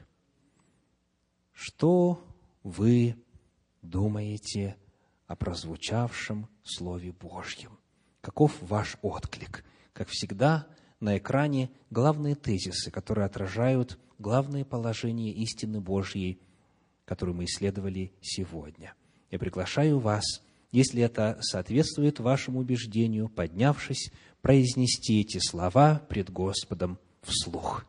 Что вы думаете о прозвучавшем Слове Божьем? Каков ваш отклик? Как всегда, на экране главные тезисы, которые отражают главные положения истины Божьей, которую мы исследовали сегодня. Я приглашаю вас, если это соответствует вашему убеждению, поднявшись, произнести эти слова пред Господом вслух.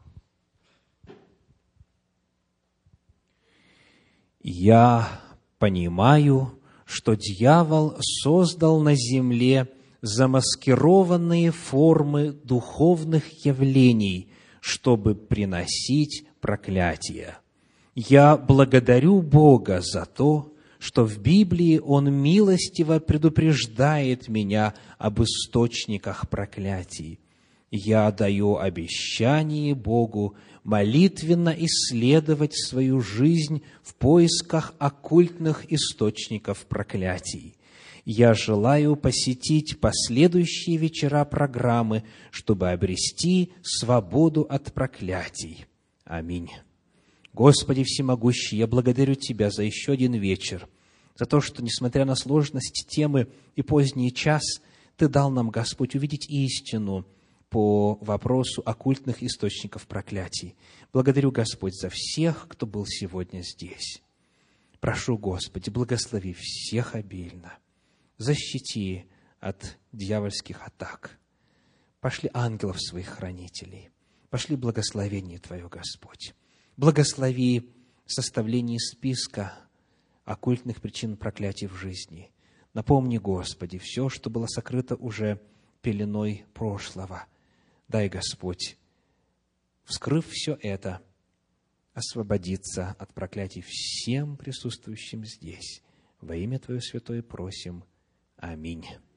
Я понимаю, что дьявол создал на земле замаскированные формы духовных явлений, чтобы приносить проклятие. Я благодарю Бога за то, что в Библии Он милостиво предупреждает меня об источниках проклятий. Я даю обещание Богу молитвенно исследовать свою жизнь в поисках оккультных источников проклятий. Я желаю посетить последующие вечера программы, чтобы обрести свободу от проклятий. Аминь. Господи Всемогущий, я благодарю Тебя за еще один вечер, за то, что, несмотря на сложность темы и поздний час, Ты дал нам, Господь, увидеть истину по вопросу оккультных источников проклятий. Благодарю, Господь, за всех, кто был сегодня здесь. Прошу, Господи, благослови всех обильно. Защити от дьявольских атак. Пошли ангелов своих хранителей. Пошли благословение Твое, Господь. Благослови составление списка оккультных причин проклятий в жизни. Напомни, Господи, все, что было сокрыто уже пеленой прошлого. Дай, Господь, вскрыв все это, освободиться от проклятий всем присутствующим здесь. Во имя Твое святое просим. Аминь.